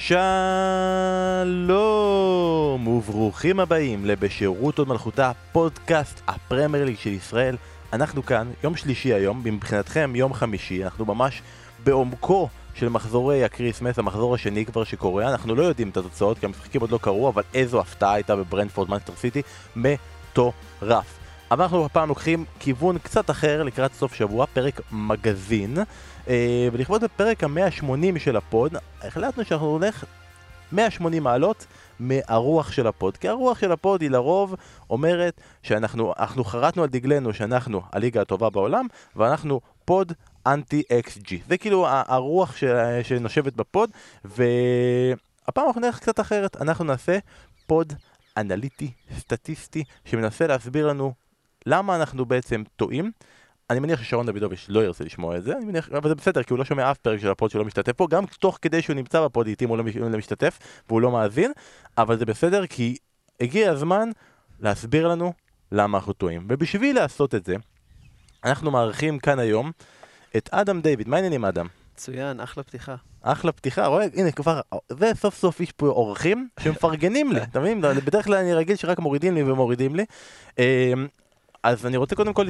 שלום וברוכים הבאים לבשירות עוד מלכותה, פודקאסט הפרמייר ליג של ישראל. אנחנו כאן, יום שלישי היום, מבחינתכם יום חמישי, אנחנו ממש בעומקו של מחזורי הקריסמס, המחזור השני כבר שקורה. אנחנו לא יודעים את התוצאות כי המשחקים עוד לא קרו, אבל איזו הפתעה הייתה בברנדפורד מנצ'סטר סיטי, מטורף. אבל אנחנו הפעם לוקחים כיוון קצת אחר לקראת סוף שבוע, פרק מגזין, ולכבוד בפרק ה-180 של הפוד, החלטנו שאנחנו נלך 180 מעלות מהרוח של הפוד, כי הרוח של הפוד היא לרוב אומרת שאנחנו חרטנו על דגלנו שאנחנו הליגה הטובה בעולם, ואנחנו פוד אנטי XG. זה כאילו הרוח שנושבת בפוד, והפעם אנחנו נלך קצת אחרת, אנחנו נעשה פוד אנליטי, סטטיסטי, שמנסה להסביר לנו למה אנחנו בעצם טועים. אני מניח ששרון דוידוביץ' לא ירצה לשמוע את זה, אבל זה בסדר, כי הוא לא שומע אף פרק של הפוד שלא משתתף פה, גם תוך כדי שהוא נמצא בפוד, לעתים הוא לא משתתף, והוא לא מאזין, אבל זה בסדר, כי הגיע הזמן להסביר לנו למה אנחנו טועים. ובשביל לעשות את זה, אנחנו מארחים כאן היום את אדם דיוויד. מה העניינים, אדם? מצוין, אחלה פתיחה. אחלה פתיחה, רואה, הנה כבר, וסוף סוף יש פה אורחים שמפרגנים לי, אתה מבין? בדרך כלל אני רגיל שרק מורידים לי ומורידים לי. אז אני רוצה קודם כל,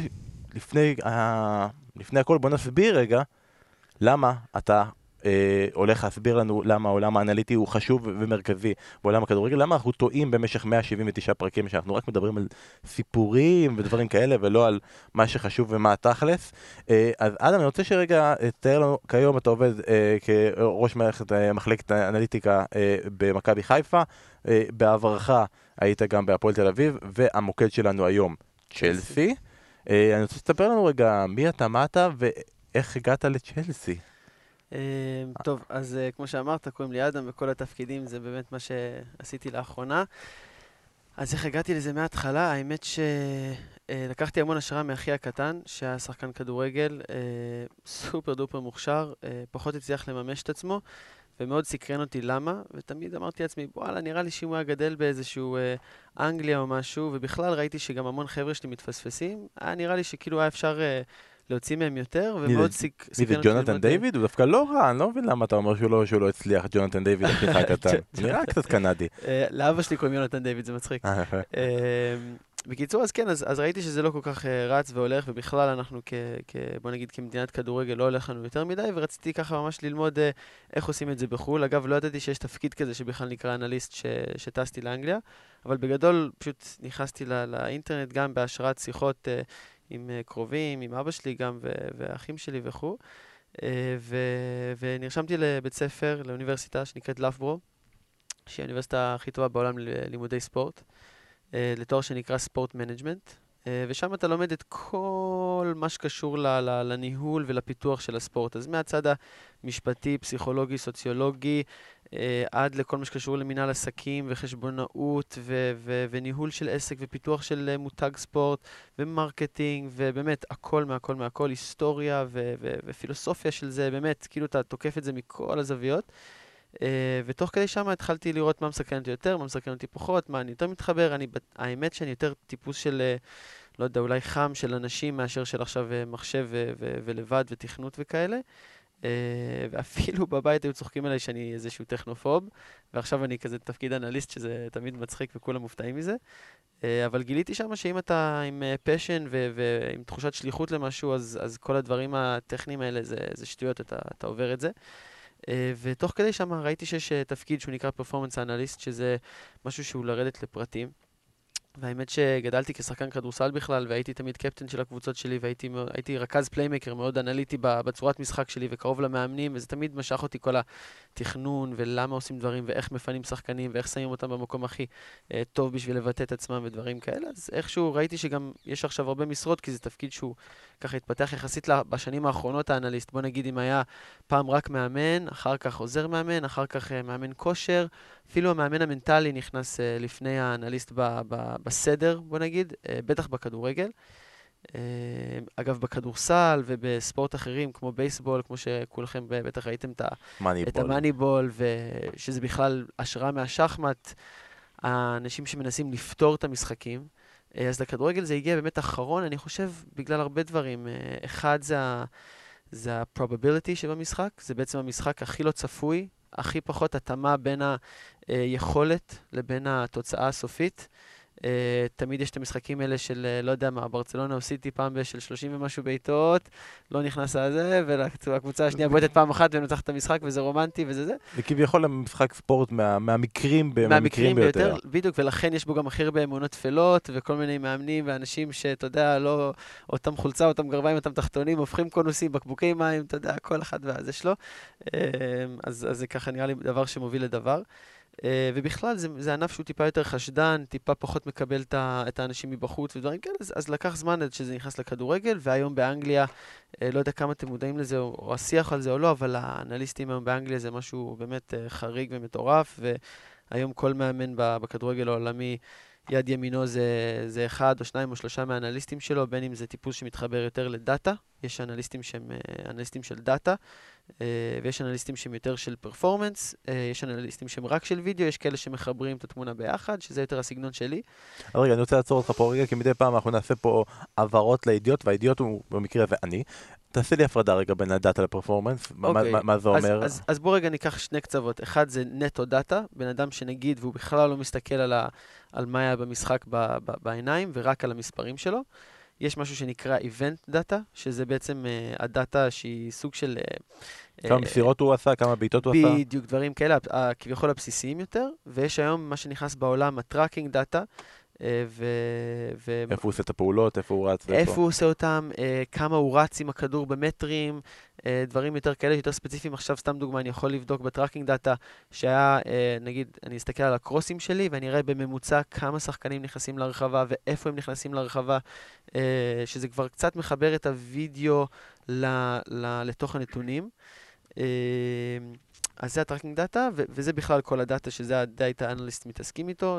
לפני הכל, בוא נסביר רגע למה אתה הולך להסביר לנו למה העולם האנליטי הוא חשוב ומרכזי בעולם הכדורגל, למה אנחנו טועים במשך 179 פרקים שאנחנו רק מדברים על סיפורים ודברים כאלה ולא על מה שחשוב ומה התכלס. אז אדם, אני רוצה שרגע תאר לנו, כיום אתה עובד כראש מחלקת האנליטיקה במכבי חיפה, בעברך היית גם בהפועל תל אביב, והמוקד שלנו היום צ'לסי. אני רוצה שתספר לנו רגע מי אתה, מה אתה ואיך הגעת לצ'לסי. טוב, אז כמו שאמרת, קוראים לי אדם, וכל התפקידים זה באמת מה שעשיתי לאחרונה. אז איך הגעתי לזה מההתחלה? האמת שלקחתי המון השראה מאחי הקטן, שהיה שחקן כדורגל, סופר דופר מוכשר, פחות הצליח לממש את עצמו, ומאוד סקרן אותי למה, ותמיד אמרתי לעצמי, וואלה, נראה לי שהוא היה גדל באיזשהו אנגליה או משהו, ובכלל ראיתי שגם המון חבר'ה שלי מתפספסים, היה נראה לי שכאילו היה אפשר להוציא מהם יותר, ומאוד סקרן אותי. מי זה ג'ונתן דיוויד? הוא דווקא לא רע, אני לא מבין למה אתה אומר שהוא לא הצליח, ג'ונתן דיוויד, אחיך הקטן. נראה קצת קנדי. לאבא שלי קוראים יונתן דיוויד, זה מצחיק. בקיצור, אז כן, אז ראיתי שזה לא כל כך רץ והולך, ובכלל אנחנו בוא נגיד כמדינת כדורגל לא הולך לנו יותר מדי, ורציתי ככה ממש ללמוד איך עושים את זה בחו"ל. אגב, לא ידעתי שיש תפקיד כזה שבכלל נקרא אנליסט שטסתי לאנגליה, אבל בגדול פשוט נכנסתי לאינטרנט גם בהשראת שיחות עם קרובים, עם אבא שלי גם והאחים שלי וכו'. ונרשמתי לבית ספר, לאוניברסיטה שנקראת לפברו, שהיא האוניברסיטה הכי טובה בעולם ללימודי ספורט, לתואר שנקרא ספורט מנג'מנט, ושם אתה לומד את כל מה שקשור לניהול ולפיתוח של הספורט. אז מהצד המשפטי, פסיכולוגי, סוציולוגי, עד לכל מה שקשור למנהל עסקים וחשבונאות וניהול של עסק ופיתוח של מותג ספורט ומרקטינג, ובאמת הכל מהכל, היסטוריה ופילוסופיה של זה, באמת, כאילו אתה תוקף את זה מכל הזוויות. ותוך כדי שם התחלתי לראות מה מסקרן אותי יותר, מה מסקרן אותי פחות, מה אני יותר מתחבר. האמת שאני יותר טיפוס של, לא יודע, אולי חם של אנשים מאשר של עכשיו מחשב ולבד ותכנות וכאלה. ואפילו בבית היו צוחקים עליי שאני איזשהו טכנופוב, ועכשיו אני כזה תפקיד אנליסט שזה תמיד מצחיק וכולם מופתעים מזה. אבל גיליתי שם שאם אתה עם פשן ועם תחושת שליחות למשהו, אז כל הדברים הטכניים האלה זה שטויות, אתה עובר את זה. ותוך כדי שם ראיתי שיש תפקיד שהוא נקרא פרפורמנס אנליסט, שזה משהו שהוא לרדת לפרטים. והאמת שגדלתי כשחקן כדורסל בכלל, והייתי תמיד קפטן של הקבוצות שלי, והייתי רכז פליימקר מאוד אנליטי בצורת משחק שלי וקרוב למאמנים, וזה תמיד משך אותי כל התכנון ולמה עושים דברים ואיך מפנים שחקנים ואיך שמים אותם במקום הכי טוב בשביל לבטא את עצמם ודברים כאלה. אז איכשהו ראיתי שגם יש עכשיו הרבה משרות, כי זה תפקיד שהוא ככה התפתח יחסית בשנים האחרונות האנליסט. בוא נגיד אם היה פעם רק מאמן, אחר כך עוזר מאמן, אחר כך מאמן כושר, אפילו המאמן המנטלי נכנס לפני האנליסט בסדר, בוא נגיד, בטח בכדורגל. אגב, בכדורסל ובספורט אחרים, כמו בייסבול, כמו שכולכם בטח ראיתם את המאניבול, ושזה בכלל השראה מהשחמט, האנשים שמנסים לפתור את המשחקים. אז לכדורגל זה הגיע באמת אחרון, אני חושב, בגלל הרבה דברים. אחד זה ה-probability שבמשחק, זה בעצם המשחק הכי לא צפוי, הכי פחות התאמה בין היכולת לבין התוצאה הסופית. תמיד יש את המשחקים האלה של, לא יודע מה, ברצלונה או סיטי פעם של 30 ומשהו בעיטות, לא נכנס על זה, והקבוצה השנייה בועטת פעם אחת ומנצחת את המשחק, וזה רומנטי וזה זה. זה כביכול משחק ספורט מהמקרים ביותר. בדיוק, ולכן יש בו גם הכי הרבה אמונות תפלות, וכל מיני מאמנים ואנשים שאתה יודע, לא אותם חולצה, אותם גרביים, אותם תחתונים, הופכים קונוסים, בקבוקי מים, אתה יודע, כל אחד והזה שלו. אז זה ככה נראה לי דבר שמוביל לדבר. ובכלל זה ענף שהוא טיפה יותר חשדן, טיפה פחות מקבל את האנשים מבחוץ ודברים כאלה, אז לקח זמן עד שזה נכנס לכדורגל, והיום באנגליה, לא יודע כמה אתם מודעים לזה, או השיח על זה או לא, אבל האנליסטים היום באנגליה זה משהו באמת חריג ומטורף, והיום כל מאמן בכדורגל העולמי, יד ימינו זה אחד או שניים או שלושה מהאנליסטים שלו, בין אם זה טיפוס שמתחבר יותר לדאטה, יש אנליסטים שהם אנליסטים של דאטה, ויש אנליסטים שהם יותר של פרפורמנס, יש אנליסטים שהם רק של וידאו, יש כאלה שמחברים את התמונה ביחד, שזה יותר הסגנון שלי. אז רגע, אני רוצה לעצור אותך פה רגע, כי מדי פעם אנחנו נעשה פה עברות לידיעות, והידיעות הוא במקרה הזה אני. תעשה לי הפרדה רגע בין הדאטה לפרפורמנס, מה זה אומר? אז בוא רגע ניקח שני קצוות. אחד זה נטו דאטה, בן אדם שנגיד, והוא בכלל לא מסתכל על מה היה במשחק בעיניים, ורק על המספרים שלו. יש משהו שנקרא Event Data, שזה בעצם הדאטה שהיא סוג של... כמה מסירות הוא עשה, כמה בעיטות הוא עשה? בדיוק, דברים כאלה, כביכול הבסיסיים יותר, ויש היום מה שנכנס בעולם, ה-Tracking Data, איפה הוא עושה את הפעולות, איפה הוא רץ? איפה הוא עושה אותם, כמה הוא רץ עם הכדור במטרים, דברים יותר כאלה, יותר ספציפיים. עכשיו, סתם דוגמה, אני יכול לבדוק בטראקינג דאטה, שהיה, נגיד, אני אסתכל על הקרוסים שלי, ואני אראה בממוצע כמה שחקנים נכנסים לרחבה, ואיפה הם נכנסים לרחבה, שזה כבר קצת מחבר את הוידאו לתוך הנתונים. אז זה הטראקינג דאטה, וזה בכלל כל הדאטה, שזה הדאטה אנליסט מתעסקים איתו,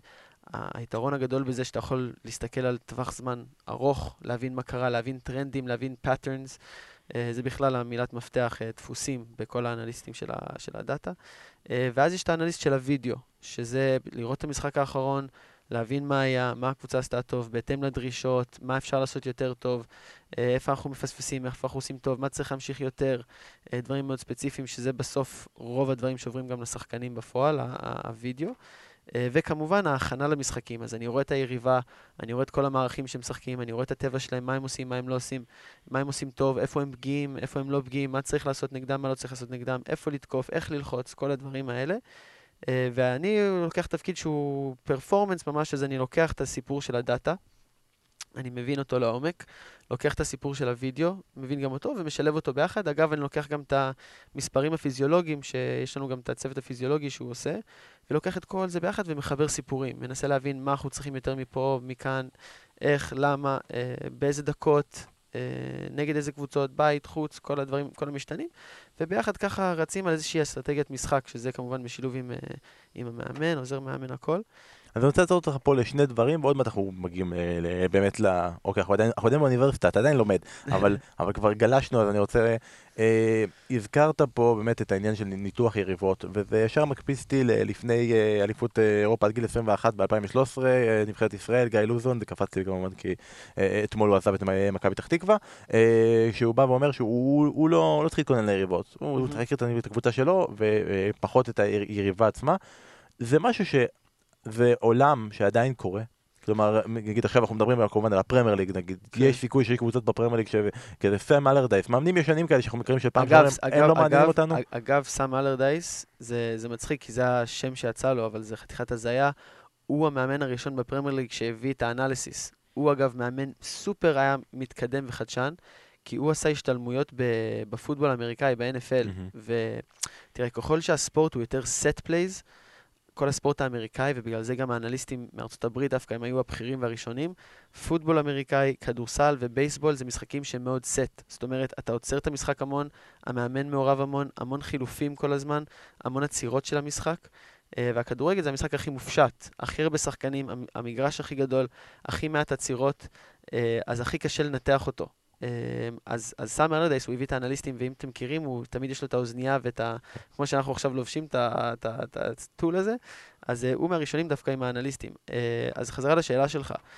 היתרון הגדול בזה שאתה יכול להסתכל על טווח זמן ארוך, להבין מה קרה, להבין טרנדים, להבין patterns, זה בכלל המילת מפתח, דפוסים בכל האנליסטים של הדאטה. ואז יש את האנליסט של הוידאו, שזה לראות את המשחק האחרון, להבין מה היה, מה הקבוצה עשתה טוב, בהתאם לדרישות, מה אפשר לעשות יותר טוב, איפה אנחנו מפספסים, איפה אנחנו עושים טוב, מה צריך להמשיך יותר, דברים מאוד ספציפיים, שזה בסוף רוב הדברים שעוברים גם לשחקנים בפועל, הוידאו. וכמובן ההכנה למשחקים, אז אני רואה את היריבה, אני רואה את כל המערכים שמשחקים, אני רואה את הטבע שלהם, מה הם עושים, מה הם לא עושים, מה הם עושים טוב, איפה הם פגיעים, איפה הם לא פגיעים, מה צריך לעשות נגדם, מה לא צריך לעשות נגדם, איפה לתקוף, איך ללחוץ, כל הדברים האלה. ואני לוקח תפקיד שהוא פרפורמנס ממש, אז אני לוקח את הסיפור של הדאטה, אני מבין אותו לעומק, לוקח את הסיפור של הוידאו, מבין גם אותו ומשלב אותו ביחד. אגב, אני לוקח גם את המספרים הפיזיולוגיים, שיש לנו גם את הצוות הפיזיולוגי שהוא עושה, ולוקח את כל זה ביחד ומחבר סיפורים. מנסה להבין מה אנחנו צריכים יותר מפה, מכאן, איך, למה, באיזה דקות, נגד איזה קבוצות, בית, חוץ, כל הדברים, כל המשתנים. וביחד ככה רצים על איזושהי אסטרטגיית משחק, שזה כמובן משילוב עם המאמן, עוזר מאמן, הכל. אז אני רוצה לעצור אותך פה לשני דברים, ועוד מעט אנחנו מגיעים באמת אוקיי, אנחנו עדיין באוניברסיטה, אתה עדיין לומד, אבל כבר גלשנו, אז אני רוצה... הזכרת פה באמת את העניין של ניתוח יריבות, וזה ישר מקפיץ אותי לפני אליפות אירופה עד גיל 21 ב-2013, נבחרת ישראל, גיא לוזון, זה קפץ לי כמובן כי אתמול הוא עזב את מכבי פתח תקווה, שהוא בא ואומר שהוא לא צריך להתכונן ליריבות, הוא צריך להכיר את הקבוצה שלו ופחות את היריבה עצמה. זה משהו זה עולם שעדיין קורה. כלומר, נגיד עכשיו אנחנו מדברים כמובן על הפרמייר ליג, נגיד, יש סיכוי שיש קבוצות בפרמייר ליג כזה סם אלרדייס, מאמנים ישנים כאלה שאנחנו מכירים שפעם הם לא מעניינים אותנו. אגב, סם אלרדייס, זה מצחיק כי זה השם שיצא לו, אבל זה חתיכת הזיה. הוא המאמן הראשון בפרמייר ליג שהביא את האנליסיס. הוא אגב מאמן סופר היה מתקדם וחדשן, כי הוא עשה השתלמויות בפוטבול האמריקאי, ב-NFL, ותראה, ככל שהספורט הוא יותר set plays, כל הספורט האמריקאי, ובגלל זה גם האנליסטים מארצות הברית, דווקא הם היו הבכירים והראשונים, פוטבול אמריקאי, כדורסל ובייסבול, זה משחקים שהם מאוד סט. זאת אומרת, אתה עוצר את המשחק המון, המאמן מעורב המון חילופים כל הזמן, המון עצירות של המשחק, והכדורגל זה המשחק הכי מופשט, הכי הרבה שחקנים, המגרש הכי גדול, הכי מעט עצירות, אז הכי קשה לנתח אותו. אז סם אלרדייס, הוא הביא את האנליסטים, ואם אתם מכירים, הוא תמיד יש לו את האוזנייה כמו שאנחנו עכשיו לובשים את הטול הזה, אז הוא מהראשונים דווקא עם האנליסטים. אז חזרה לשאלה שלך.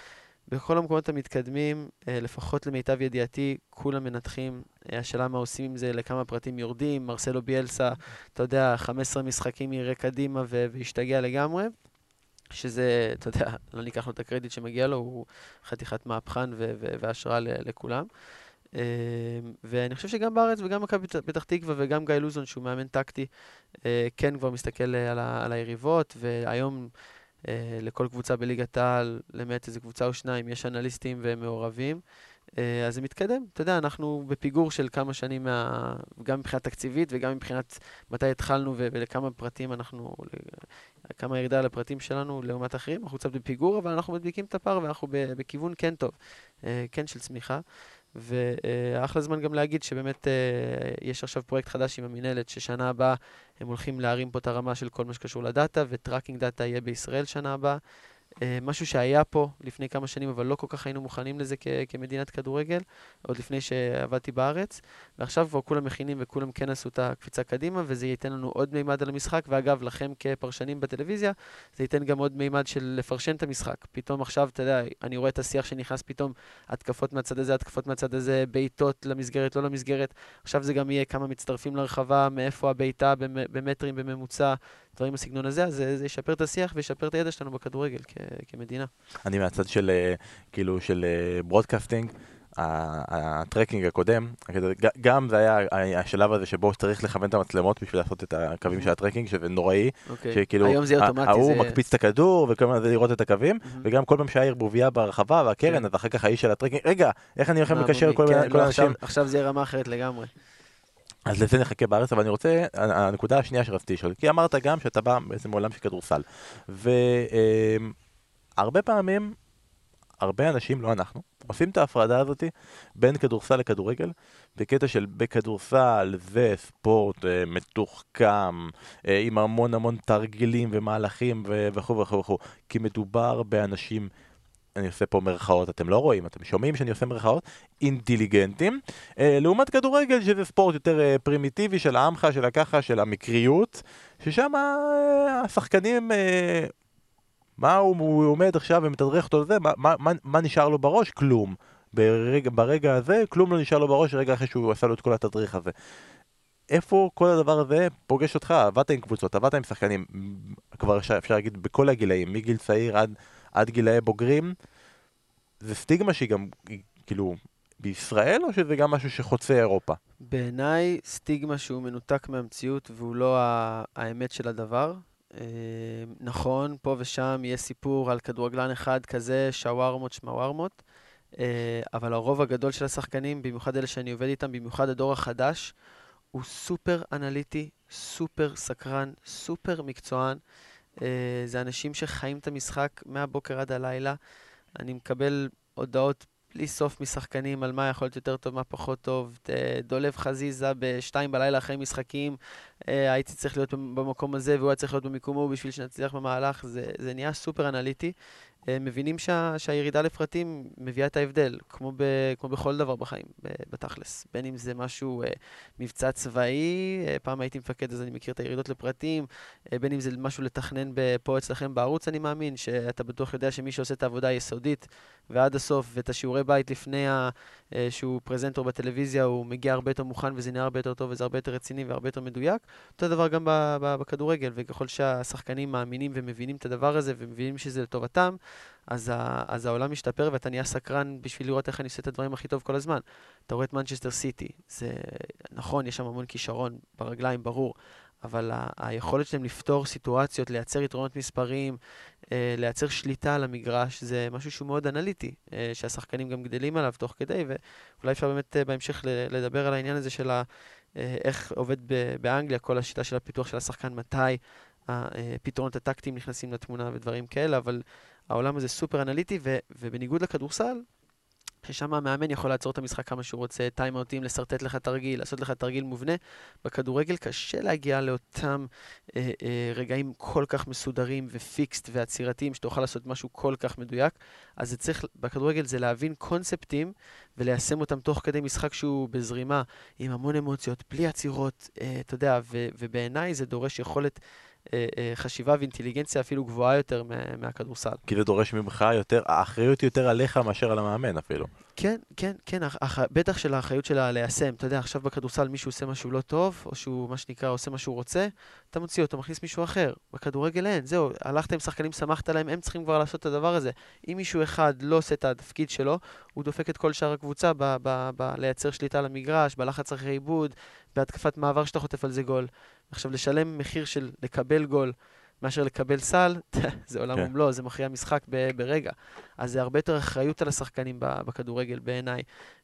בכל המקומות המתקדמים, לפחות למיטב ידיעתי, כולם מנתחים. השאלה מה עושים עם זה, לכמה פרטים יורדים, מרסלו ביאלסה, אתה יודע, 15 משחקים יראה קדימה והשתגע לגמרי, שזה, אתה יודע, לא ניקח לו את הקרדיט שמגיע לו, הוא חתיכת מהפכן והשראה לכולם. ואני חושב שגם בארץ וגם מכבי פתח תקווה וגם גיא לוזון, שהוא מאמן טקטי, כן כבר מסתכל על היריבות, והיום לכל קבוצה בליגת העל, למעט איזו קבוצה או שניים, יש אנליסטים ומעורבים. אז זה מתקדם. אתה יודע, אנחנו בפיגור של כמה שנים, גם מבחינת תקציבית וגם מבחינת מתי התחלנו ולכמה פרטים אנחנו, כמה ירידה על הפרטים שלנו לעומת אחרים. אנחנו קצת בפיגור, אבל אנחנו מדביקים את הפער ואנחנו בכיוון כן טוב, כן של צמיחה. ואחלה זמן גם להגיד שבאמת יש עכשיו פרויקט חדש עם המנהלת, ששנה הבאה הם הולכים להרים פה את הרמה של כל מה שקשור לדאטה, וטראקינג דאטה יהיה בישראל שנה הבאה. משהו שהיה פה לפני כמה שנים, אבל לא כל כך היינו מוכנים לזה כמדינת כדורגל, עוד לפני שעבדתי בארץ, ועכשיו כבר כולם מכינים וכולם כן עשו את הקפיצה קדימה, וזה ייתן לנו עוד מימד על המשחק, ואגב, לכם כפרשנים בטלוויזיה, זה ייתן גם עוד מימד של לפרשן את המשחק. פתאום עכשיו, אתה יודע, אני רואה את השיח שנכנס פתאום, התקפות מהצד הזה, התקפות מהצד הזה, בעיטות למסגרת, לא למסגרת. עכשיו זה גם יהיה כמה מצטרפים לרחבה, מאיפה הבעיטה במטרים בממוצע, דברים בסגנון הזה, אז זה ישפר את השיח וישפר את הידע שלנו בכדורגל כמדינה. אני מהצד של, כאילו, של ברודקאסטינג, הטרקינג הקודם, גם זה היה השלב הזה שבו צריך לכוון את המצלמות בשביל לעשות את הקווים של הטרקינג, שזה נוראי, שכאילו, היום זה אוטומטי. ההוא מקפיץ את הכדור, וכל מיני זה לראות את הקווים, וגם כל פעם שהיה ערבוביה ברחבה והקרן, אז אחר כך האיש של הטרקינג, רגע, איך אני הולך לקשר כל האנשים? עכשיו זה יהיה רמה אחרת לגמרי. אז לזה נחכה בארץ, אבל אני רוצה, הנקודה השנייה שרציתי לשאול, כי אמרת גם שאתה בא בעצם מעולם של כדורסל, והרבה פעמים, הרבה אנשים, לא אנחנו, עושים את ההפרדה הזאת בין כדורסל לכדורגל, בקטע של בכדורסל זה ספורט מתוחכם, עם המון המון תרגילים ומהלכים וכו' וכו' וכו', כי מדובר באנשים, אני עושה פה מרכאות, אתם לא רואים, אתם שומעים שאני עושה מרכאות, אינטליגנטים, לעומת כדורגל שזה ספורט יותר פרימיטיבי של העמך, של הככה, של המקריות, ששם השחקנים, מה הוא עומד עכשיו ומתדרך אותו לזה, מה נשאר לו בראש? כלום. ברגע הזה, כלום לא נשאר לו בראש, רגע אחרי שהוא עשה לו את כל התדריך הזה. איפה כל הדבר הזה פוגש אותך? עבדת עם קבוצות, עבדת עם שחקנים, כבר אפשר להגיד בכל הגילאים, מגיל צעיר עד גילאי בוגרים, זה סטיגמה שהיא גם, כאילו, בישראל, או שזה גם משהו שחוצה אירופה? בעיניי, סטיגמה שהוא מנותק מהמציאות, והוא לא האמת של הדבר. נכון, פה ושם יהיה סיפור על כדורגלן אחד כזה, שווארמות, שמווארמות, אבל הרוב הגדול של השחקנים, במיוחד אלה שאני עובד איתם, במיוחד הדור החדש, הוא סופר אנליטי, סופר סקרן, סופר מקצוען. זה אנשים שחיים את המשחק מהבוקר עד הלילה. אני מקבל הודעות בלי סוף משחקנים על מה יכול להיות יותר טוב, מה פחות טוב. דולב חזיזה ב-2 בלילה אחרי משחקים, הייתי צריך להיות במקום הזה והוא היה צריך להיות במיקום ההוא בשביל שנצליח במהלך. זה נהיה סופר אנליטי. מבינים שהירידה לפרטים מביאה את ההבדל, כמו בכל דבר בחיים, בתכלס. בין אם זה משהו מבצע צבאי, פעם הייתי מפקד אז אני מכיר את הירידות לפרטים, בין אם זה משהו לתכנן פה אצלכם בערוץ, אני מאמין שאתה בטוח יודע שמי שעושה את העבודה היסודית ועד הסוף, ואת השיעורי בית לפני שהוא פרזנטור בטלוויזיה, הוא מגיע הרבה יותר מוכן וזה נראה הרבה יותר טוב וזה הרבה יותר רציני והרבה יותר מדויק. אותו דבר גם בכדורגל, וככל שהשחקנים מאמינים ומבינים את הדבר הזה ומבינים שזה לטובתם, אז העולם משתפר ואתה נהיה סקרן בשביל לראות איך אני עושה את הדברים הכי טוב כל הזמן. אתה רואה את מנצ'סטר סיטי, זה נכון, יש שם המון כישרון ברגליים, ברור, אבל היכולת שלהם לפתור סיטואציות, לייצר יתרונות מספריים, לייצר שליטה על המגרש, זה משהו שהוא מאוד אנליטי, שהשחקנים גם גדלים עליו תוך כדי, ואולי אפשר באמת בהמשך לדבר על העניין הזה של איך עובד באנגליה, כל השיטה של הפיתוח של השחקן, מתי הפתרונות הטקטיים נכנסים לתמונה ודברים כאלה, אבל העולם הזה סופר אנליטי, ובניגוד לכדורסל, ששם המאמן יכול לעצור את המשחק כמה שהוא רוצה, טיימאוטים, לסרטט לך תרגיל, לעשות לך תרגיל מובנה. בכדורגל קשה להגיע לאותם רגעים כל כך מסודרים ופיקסט ועצירתיים, שתוכל לעשות משהו כל כך מדויק. אז זה צריך, בכדורגל זה להבין קונספטים, וליישם אותם תוך כדי משחק שהוא בזרימה, עם המון אמוציות, בלי עצירות, אתה יודע, ובעיניי זה דורש יכולת חשיבה ואינטליגנציה אפילו גבוהה יותר מהכדורסל. כי זה דורש ממך יותר, האחריות יותר עליך מאשר על המאמן אפילו. כן, כן, כן, בטח של האחריות שלה ליישם. אתה יודע, עכשיו בכדורסל מישהו עושה משהו לא טוב, או שהוא, מה שנקרא, עושה מה שהוא רוצה, אתה מוציא אותו, מכניס מישהו אחר. בכדורגל אין, זהו, הלכת עם שחקנים, שמחת להם, הם צריכים כבר לעשות את הדבר הזה. אם מישהו אחד לא עושה את התפקיד שלו, הוא דופק את כל שאר הקבוצה לייצר שליטה על המגרש, בלחץ אחרי עיבוד, בהתקפת מעבר שאתה חוטף על זה גול. עכשיו, לשלם מחיר של לקבל גול, מאשר לקבל סל, זה עולם ומלוא, זה מכריע משחק ברגע. אז זה הרבה יותר אחריות על השחקנים בכדורגל בעיניי,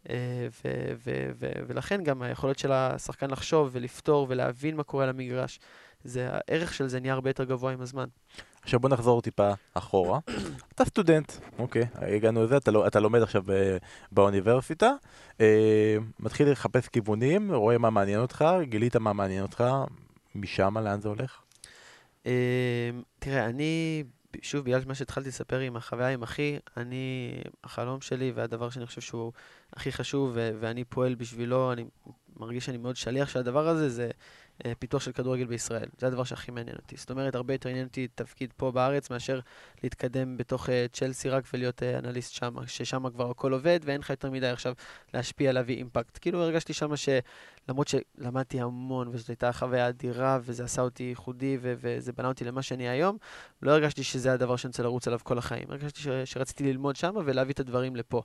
ולכן גם היכולת של השחקן לחשוב ולפתור ולהבין מה קורה על המגרש, הערך של זה נהיה הרבה יותר גבוה עם הזמן. עכשיו בוא נחזור טיפה אחורה. אתה סטודנט, אוקיי, הגענו לזה, אתה לומד עכשיו באוניברסיטה, מתחיל לחפש כיוונים, רואה מה מעניין אותך, גילית מה מעניין אותך, משם לאן זה הולך? תראה, אני, שוב, בגלל מה שהתחלתי לספר עם החוויה עם אחי, החלום שלי והדבר שאני חושב שהוא הכי חשוב ואני פועל בשבילו, אני מרגיש שאני מאוד שליח של הדבר הזה, זה פיתוח של כדורגל בישראל. זה הדבר שהכי מעניין אותי. זאת אומרת, הרבה יותר עניין אותי תפקיד פה בארץ מאשר להתקדם בתוך צ'לסי רק ולהיות אנליסט שם, ששם כבר הכל עובד ואין לך יותר מדי עכשיו להשפיע, להביא אימפקט. כאילו הרגשתי שם למרות שלמדתי המון וזאת הייתה חוויה אדירה וזה עשה אותי ייחודי וזה בנה אותי למה שאני היום, לא הרגשתי שזה הדבר שאני רוצה לרוץ עליו כל החיים. הרגשתי שרציתי ללמוד שם ולהביא את הדברים לפה.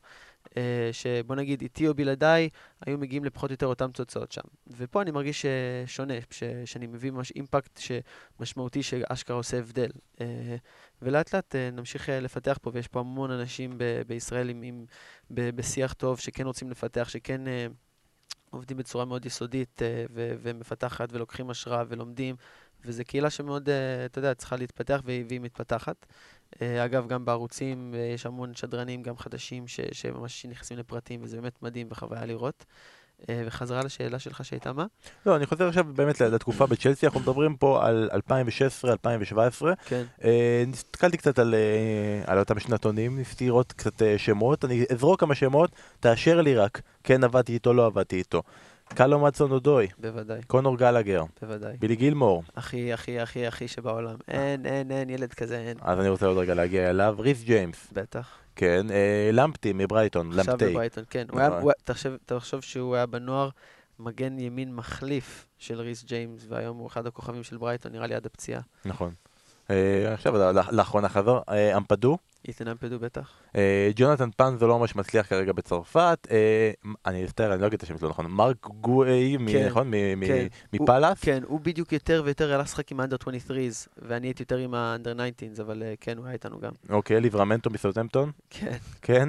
שבוא נגיד איתי או בלעדיי היו מגיעים לפחות יותר אותם תוצאות שם. ופה אני מרגיש שונה, שאני מביא ממש אימפקט משמעותי שאשכרה עושה הבדל. ולאט לאט נמשיך לפתח פה, ויש פה המון אנשים בישראל בשיח טוב שכן רוצים לפתח, שכן עובדים בצורה מאוד יסודית ומפתחת ולוקחים השראה ולומדים, וזו קהילה שמאוד, אתה יודע, צריכה להתפתח והיא מתפתחת. אגב, גם בערוצים יש המון שדרנים, גם חדשים, שממש נכנסים לפרטים, וזה באמת מדהים וחוויה לראות. וחזרה לשאלה שלך שהייתה מה? לא, אני חוזר עכשיו באמת לתקופה בצ'לסי, אנחנו מדברים פה על 2016-2017. כן. נסתכלתי קצת על אותם שנתונים, ניסיתי לראות קצת שמות, אני אזרוק כמה שמות, תאשר לי רק, כן עבדתי איתו, לא עבדתי איתו. קלום אדסון אודוי. בוודאי. קונור גלגר. בוודאי. בילי גילמור. הכי שבעולם. אין, ילד כזה אין. אז אני רוצה עוד רגע להגיע אליו. ריס ג'יימס. בטח. כן, למפטי מברייטון, למפטי. עכשיו בברייטון, כן. תחשוב שהוא היה בנוער מגן ימין מחליף של ריס ג'יימס, והיום הוא אחד הכוכבים של ברייטון, נראה לי עד הפציעה. נכון. עכשיו, לאחרונה חזר, אמפדו. איתן אמפדו בטח. ג'ונתן פן זה לא ממש מצליח כרגע בצרפת. אני אסתר, אני לא אגיד את השם שלו נכון. מרק גואי, נכון? מפלאס? כן, הוא בדיוק יותר ויותר הלך לשחק עם האנדר 23's, ואני הייתי יותר עם האנדר 19's, אבל כן, הוא היה איתנו גם. אוקיי, ליברמנטו מסאות'המפטון? כן. כן.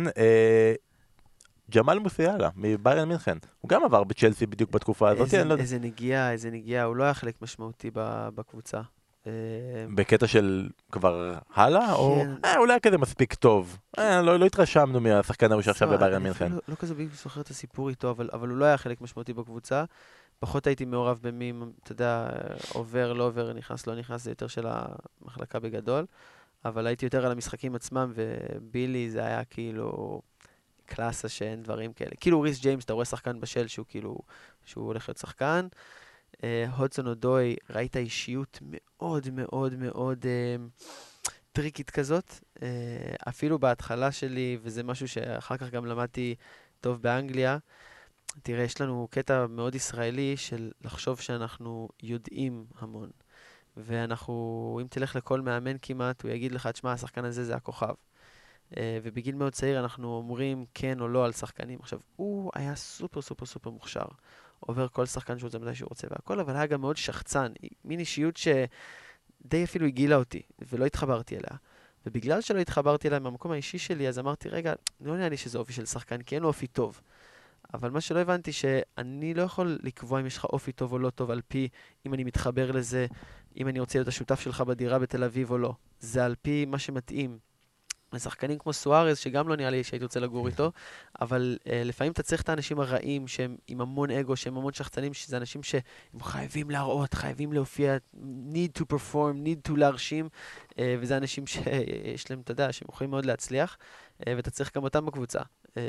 ג'מאל מוסיאלה, מביירן מינכן. הוא גם עבר בצ'לסי בדיוק בתקופה הזאת. איזה נגיעה, הוא לא היה חלק משמעותי בקבוצה. בקטע של כבר הלאה? או אולי היה כזה מספיק טוב. לא התרשמנו מהשחקן ההוא שעכשיו בביירן מינכן. לא כזה בדיוק זוכר את הסיפור איתו, אבל הוא לא היה חלק משמעותי בקבוצה. פחות הייתי מעורב במי, אתה יודע, עובר, לא עובר, נכנס, לא נכנס, זה יותר של המחלקה בגדול. אבל הייתי יותר על המשחקים עצמם, ובילי זה היה כאילו קלאסה שאין דברים כאלה. כאילו ריס ג'יימס, אתה רואה שחקן בשל שהוא כאילו, שהוא הולך להיות שחקן. הודסון אודוי, ראית אישיות מאוד מאוד מאוד טריקית כזאת. אפילו בהתחלה שלי, וזה משהו שאחר כך גם למדתי טוב באנגליה, תראה, יש לנו קטע מאוד ישראלי של לחשוב שאנחנו יודעים המון. ואנחנו, אם תלך לכל מאמן כמעט, הוא יגיד לך, תשמע, השחקן הזה זה הכוכב. ובגיל מאוד צעיר אנחנו אומרים כן או לא על שחקנים. עכשיו, הוא היה סופר סופר סופר מוכשר. עובר כל שחקן שהוא רוצה מתי שהוא רוצה והכל, אבל היה גם מאוד שחצן. מין אישיות שדי אפילו הגילה אותי, ולא התחברתי אליה. ובגלל שלא התחברתי אליה מהמקום האישי שלי, אז אמרתי, רגע, לא נראה לי שזה אופי של שחקן, כי אין לו אופי טוב. אבל מה שלא הבנתי, שאני לא יכול לקבוע אם יש לך אופי טוב או לא טוב, על פי אם אני מתחבר לזה, אם אני רוצה להיות השותף שלך בדירה בתל אביב או לא. זה על פי מה שמתאים. לשחקנים כמו סוארז, שגם לא נראה לי שהייתי רוצה לגור איתו, אבל לפעמים אתה צריך את האנשים הרעים, שהם עם המון אגו, שהם המון שחצנים, שזה אנשים שהם חייבים להראות, חייבים להופיע, need to perform, need to להרשים, וזה אנשים שיש להם, אתה יודע, שהם יכולים מאוד להצליח, ואתה צריך גם אותם בקבוצה.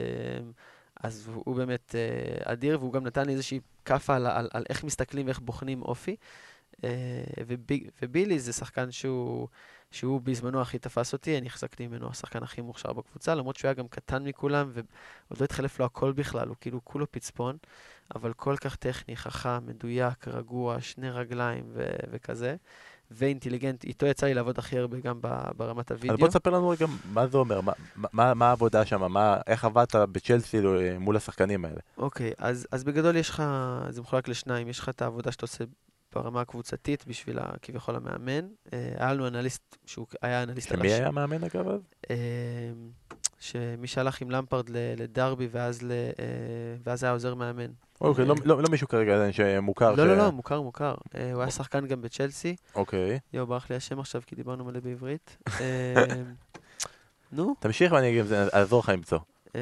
אז הוא באמת אדיר, והוא גם נתן לי איזושהי קפה על איך מסתכלים ואיך בוחנים אופי. ובילי זה שחקן שהוא בזמנו הכי תפס אותי, אני החזקתי ממנו השחקן הכי מוכשר בקבוצה, למרות שהוא היה גם קטן מכולם, ועוד לא התחלף לו הכל בכלל, הוא כאילו כולו פצפון, אבל כל כך טכני, חכם, מדויק, רגוע, שני רגליים וכזה, ואינטליגנט, איתו יצא לי לעבוד הכי הרבה גם ברמת הוידאו. אז בוא תספר לנו רגע מה זה אומר, מה העבודה שם, איך עבדת בצ'לסי מול השחקנים האלה? אוקיי, אז בגדול יש לך, זה מחולק לשניים, יש לך את העבודה שאתה עושה ברמה הקבוצתית בשביל כביכול המאמן. היה לנו אנליסט שהוא היה אנליסט שמי היה מאמן אגב אז? שמי שהלך עם למפרד לדרבי ואז היה עוזר מאמן. אוקיי, לא מישהו כרגע שמוכר. לא, מוכר. הוא היה שחקן גם בצ'לסי. אוקיי. ברח לי השם עכשיו כי דיברנו מלא בעברית. נו? תמשיך ואני אעזור לך למצוא.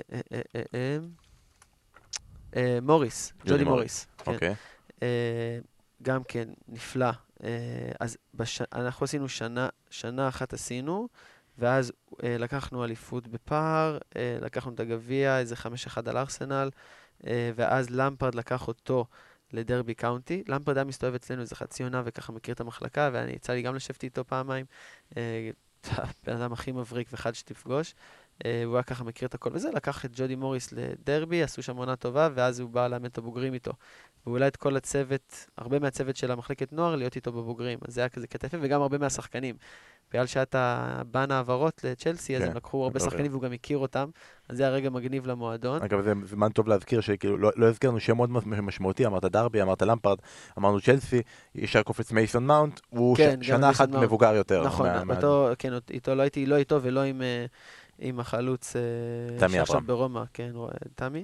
מוריס, ג'ודי מוריס. אוקיי. גם כן, נפלא. אז אנחנו עשינו שנה אחת עשינו, ואז לקחנו אליפות בפער, לקחנו את הגביע, איזה 5-1 על ארסנל, ואז למפרד לקח אותו לדרבי קאונטי. למפרד היה מסתובב אצלנו איזה חצי עונה וככה מכיר את המחלקה, ואני יצא לי גם לשבת איתו פעמיים. בן אדם הכי מבריק וחד שתפגוש. הוא היה ככה מכיר את הכל וזה, לקח את ג'ודי מוריס לדרבי, עשו שם עונה טובה, ואז הוא בא לאמן את הבוגרים איתו. והוא העלה את כל הצוות, הרבה מהצוות של המחלקת נוער, להיות איתו בבוגרים. אז זה היה כזה כתף, וגם הרבה מהשחקנים. בגלל שאתה בן העברות לצ'לסי, אז הם לקחו הרבה שחקנים והוא גם הכיר אותם, אז זה היה רגע מגניב למועדון. אגב, זה זמן טוב להזכיר שכאילו לא הזכרנו שם מאוד משמעותי, אמרת דרבי, אמרת למפרד, אמרנו צ'לסי, ישר קופץ מייסון מאונט, הוא שנה אחת מבוגר יותר. נכון, איתו לא הייתי, לא איתו ולא עם החלוץ שעכשיו ברומא, כן, תמי.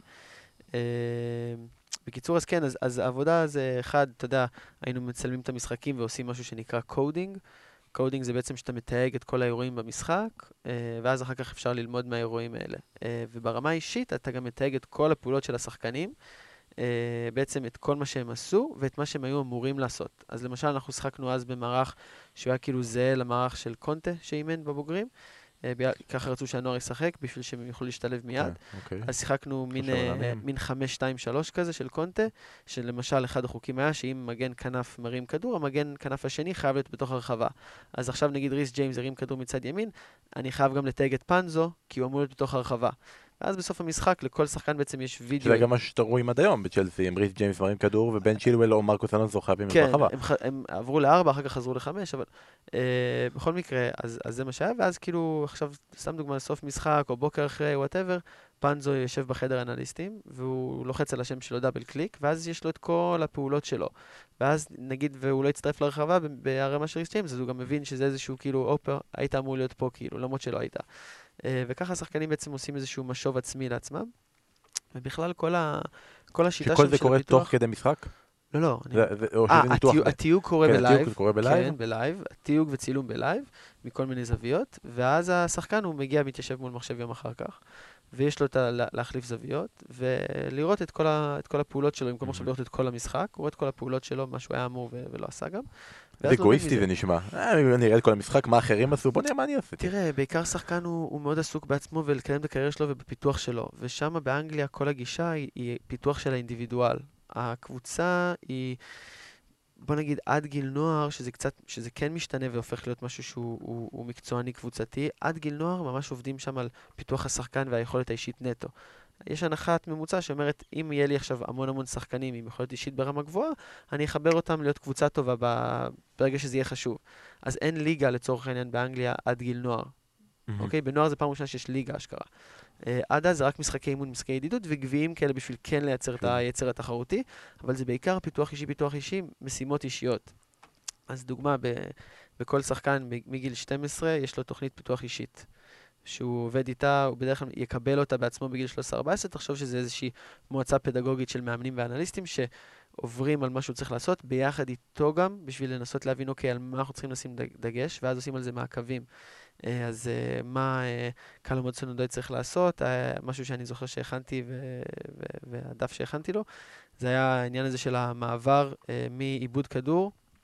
בקיצור, אז כן, אז העבודה זה אחד, אתה יודע, היינו מצלמים את המשחקים ועושים משהו שנקרא קודינג. קודינג זה בעצם שאתה מתייג את כל האירועים במשחק, ואז אחר כך אפשר ללמוד מהאירועים האלה. וברמה האישית, אתה גם מתייג את כל הפעולות של השחקנים, בעצם את כל מה שהם עשו, ואת מה שהם היו אמורים לעשות. אז למשל, אנחנו שחקנו אז במערך שהוא היה כאילו זהה למערך של קונטה שאימן בבוגרים, ככה רצו שהנוער ישחק בשביל שהם יוכלו להשתלב מיד. אז שיחקנו מין 5-2-3 כזה של קונטה, שלמשל אחד החוקים היה שאם מגן כנף מרים כדור, המגן כנף השני חייב להיות בתוך הרחבה. אז עכשיו נגיד ריס ג'יימס ירים כדור מצד ימין, אני חייב גם לתייג את פנזו, כי הוא אמור להיות בתוך הרחבה. ואז בסוף המשחק לכל שחקן בעצם יש וידאו. שזה גם מה שאתה רואים עד היום בצ'לסי, עם ריס ג'יימס מרים כדור, ובן צ'ילואל או מרקוס אלונסו חייבים ברחבה. כן, הם עברו ל4, אחר כך חזרו ל5, אבל בכל מקרה, אז זה מה שהיה, ואז כאילו, עכשיו, סתם דוגמה, סוף משחק, או בוקר אחרי, whatever, פנזו יושב בחדר אנליסטים, והוא לוחץ על השם שלו דאבל קליק, ואז יש לו את כל הפעולות שלו. ואז נגיד, והוא לא יצטרף לרחבה בהרמה של ריס ג'יימס, אז הוא גם מבין שזה איזשהו כאילו, אופר, היית אמור להיות פה כאילו, למרות שלא היית. וככה השחקנים בעצם עושים איזשהו משוב עצמי לעצמם, ובכלל כל השיטה שם של הפיתוח... שכל זה קורה תוך כדי משחק? לא. התיוג קורה בלייב. כן, בלייב. התיוג וצילום בלייב, מכל מיני זוויות, ואז השחקן הוא מגיע, מתיישב מול מחשב יום אחר כך, ויש לו להחליף זוויות, ולראות את כל הפעולות שלו, במקום עכשיו לראות את כל המשחק, הוא רואה את כל הפעולות שלו, מה שהוא היה אמור ולא עשה גם. זה אגואיסטי זה נשמע. אני אראה את כל המשחק, מה אחרים עשו, בוא נראה מה אני עשיתי. תראה, בעיקר שחקן הוא מאוד עסוק בעצמו ולקדם את הקריירה שלו ובפיתוח שלו, ושם באנגליה כל הגישה היא פיתוח של האינדיבידואל. הקבוצה היא, בוא נגיד, עד גיל נוער, שזה כן משתנה והופך להיות משהו שהוא מקצועני קבוצתי, עד גיל נוער ממש עובדים שם על פיתוח השחקן והיכולת האישית נטו. יש הנחת ממוצע שאומרת, אם יהיה לי עכשיו המון שחקנים עם יכולת אישית ברמה גבוהה, אני אחבר אותם להיות קבוצה טובה ברגע שזה יהיה חשוב. אז אין ליגה לצורך העניין באנגליה עד גיל נוער. אוקיי? בנוער זה פעם ראשונה שיש ליגה אשכרה. עד אז זה רק משחקי אימון, משחקי ידידות וגביעים כאלה בשביל כן לייצר את היצר התחרותי, אבל זה בעיקר פיתוח אישי, משימות אישיות. אז דוגמה, בכל שחקן מגיל 12 יש לו תוכנית פיתוח אישית. שהוא עובד איתה, הוא בדרך כלל יקבל אותה בעצמו בגיל 13-14, תחשוב שזה איזושהי מועצה פדגוגית של מאמנים ואנליסטים שעוברים על מה שהוא צריך לעשות, ביחד איתו גם, בשביל לנסות להבין, אוקיי, על מה אנחנו צריכים לשים דגש, ואז עושים על זה מעקבים. אז מה קלום אודסון-אודוי צריך לעשות, משהו שאני זוכר שהכנתי והדף שהכנתי לו, זה היה העניין הזה של המעבר מעיבוד כדור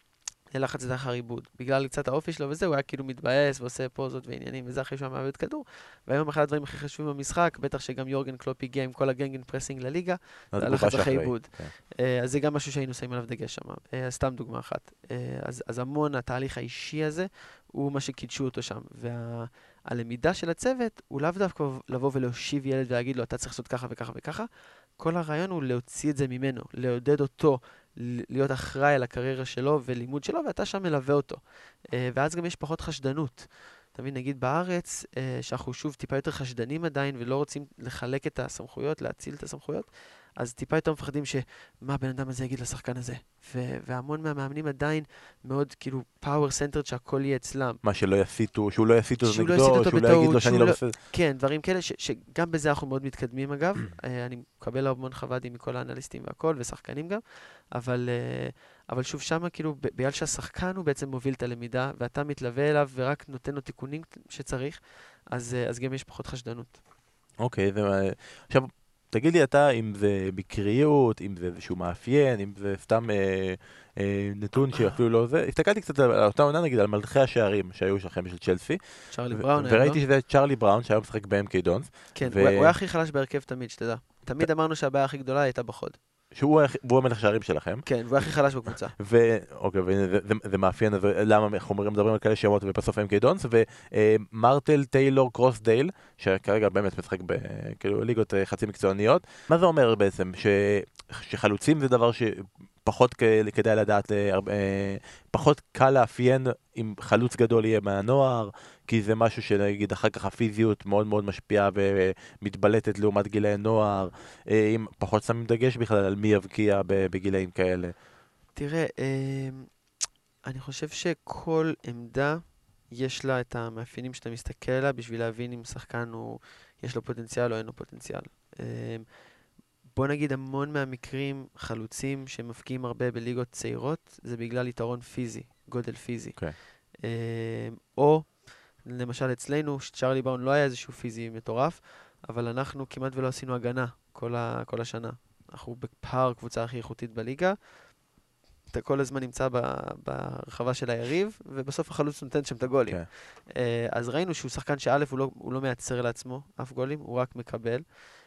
לחץ את אחר עיבוד. בגלל קצת האופי שלו וזה, הוא היה כאילו מתבאס ועושה פוזות ועניינים וזה אחרי שהוא היה מאבד כדור. והיום אחד הדברים הכי חשובים במשחק, בטח שגם יורגן קלופ הגיע עם כל הגנגן פרסינג לליגה, זה הלחץ אחרי עיבוד. אז זה גם משהו שהיינו שמים עליו דגש שם. סתם דוגמה אחת. אז המון התהליך האישי הזה, הוא מה שקידשו אותו שם. והלמידה של הצוות, הוא לאו דווקא לבוא ולהושיב ילד ולהגיד לו, אתה צריך לעשות ככה וככה וככה. כל הרעיון הוא להוציא את זה ממנו, לעודד אותו, להיות אחראי על הקריירה שלו ולימוד שלו, ואתה שם מלווה אותו. ואז גם יש פחות חשדנות. אתה מבין, נגיד בארץ, שאנחנו שוב טיפה יותר חשדנים עדיין, ולא רוצים לחלק את הסמכויות, להציל את הסמכויות, אז טיפה יותר מפחדים שמה הבן אדם הזה יגיד לשחקן הזה. והמון מהמאמנים עדיין מאוד כאילו פאוור סנטרד שהכל יהיה אצלם. מה שלא יסיתו, שהוא לא יסיתו נגדו, שהוא לא יגיד לו שאני לא בסדר. כן, דברים כאלה שגם בזה אנחנו מאוד מתקדמים אגב. אני מקבל המון חוודים מכל האנליסטים והכל, ושחקנים גם, אבל שוב שמה כאילו בגלל שהשחקן הוא בעצם מוביל את הלמידה, ואתה מתלווה אליו ורק נותן לו תיקונים שצריך, אז גם יש פחות חשדנות. אוקיי, עכשיו תגיד לי אתה אם זה מקריות, אם זה איזשהו מאפיין, אם זה סתם נתון שאפילו לא זה. הסתכלתי קצת על אותה עונה, נגיד, על מלכי השערים שהיו שלכם של צ'לסי. צ'רלי בראון, וראיתי שזה צ'רלי בראון שהיום משחק ב-MK דונס. כן, הוא היה הכי חלש בהרכב תמיד, שתדע. תמיד אמרנו שהבעיה הכי גדולה הייתה בחוד. שהוא המלך שערים שלכם. כן, והוא הכי חלש בקבוצה. אוקיי, וזה מאפיין, למה אנחנו מדברים על כאלה שמות ובסוף MK דונס, ומרטל טיילור קרוסדייל, שכרגע באמת משחק כאילו ליגות חצי מקצועניות. מה זה אומר בעצם? שחלוצים זה דבר שפחות כדאי לדעת, פחות קל לאפיין אם חלוץ גדול יהיה מהנוער, כי זה משהו שנגיד אחר כך הפיזיות מאוד מאוד משפיעה ומתבלטת לעומת גילי נוער, אם פחות שמים דגש בכלל על מי יבקיע בגילאים כאלה. תראה, אני חושב שכל עמדה יש לה את המאפיינים שאתה מסתכל עליה בשביל להבין אם שחקן יש לו פוטנציאל או אין לו פוטנציאל. בוא נגיד המון מהמקרים חלוצים שמפקיעים הרבה בליגות צעירות, זה בגלל יתרון פיזי, גודל פיזי. Okay. או למשל אצלנו, צ'רלי בראון לא היה איזשהו פיזי מטורף, אבל אנחנו כמעט ולא עשינו הגנה כל השנה. אנחנו בפער קבוצה הכי איכותית בליגה, אתה כל הזמן נמצא ברחבה של היריב, ובסוף החלוץ נותן שם את הגולים. Okay. אז ראינו שהוא שחקן שא' הוא לא מייצר לעצמו אף גולים, הוא רק מקבל.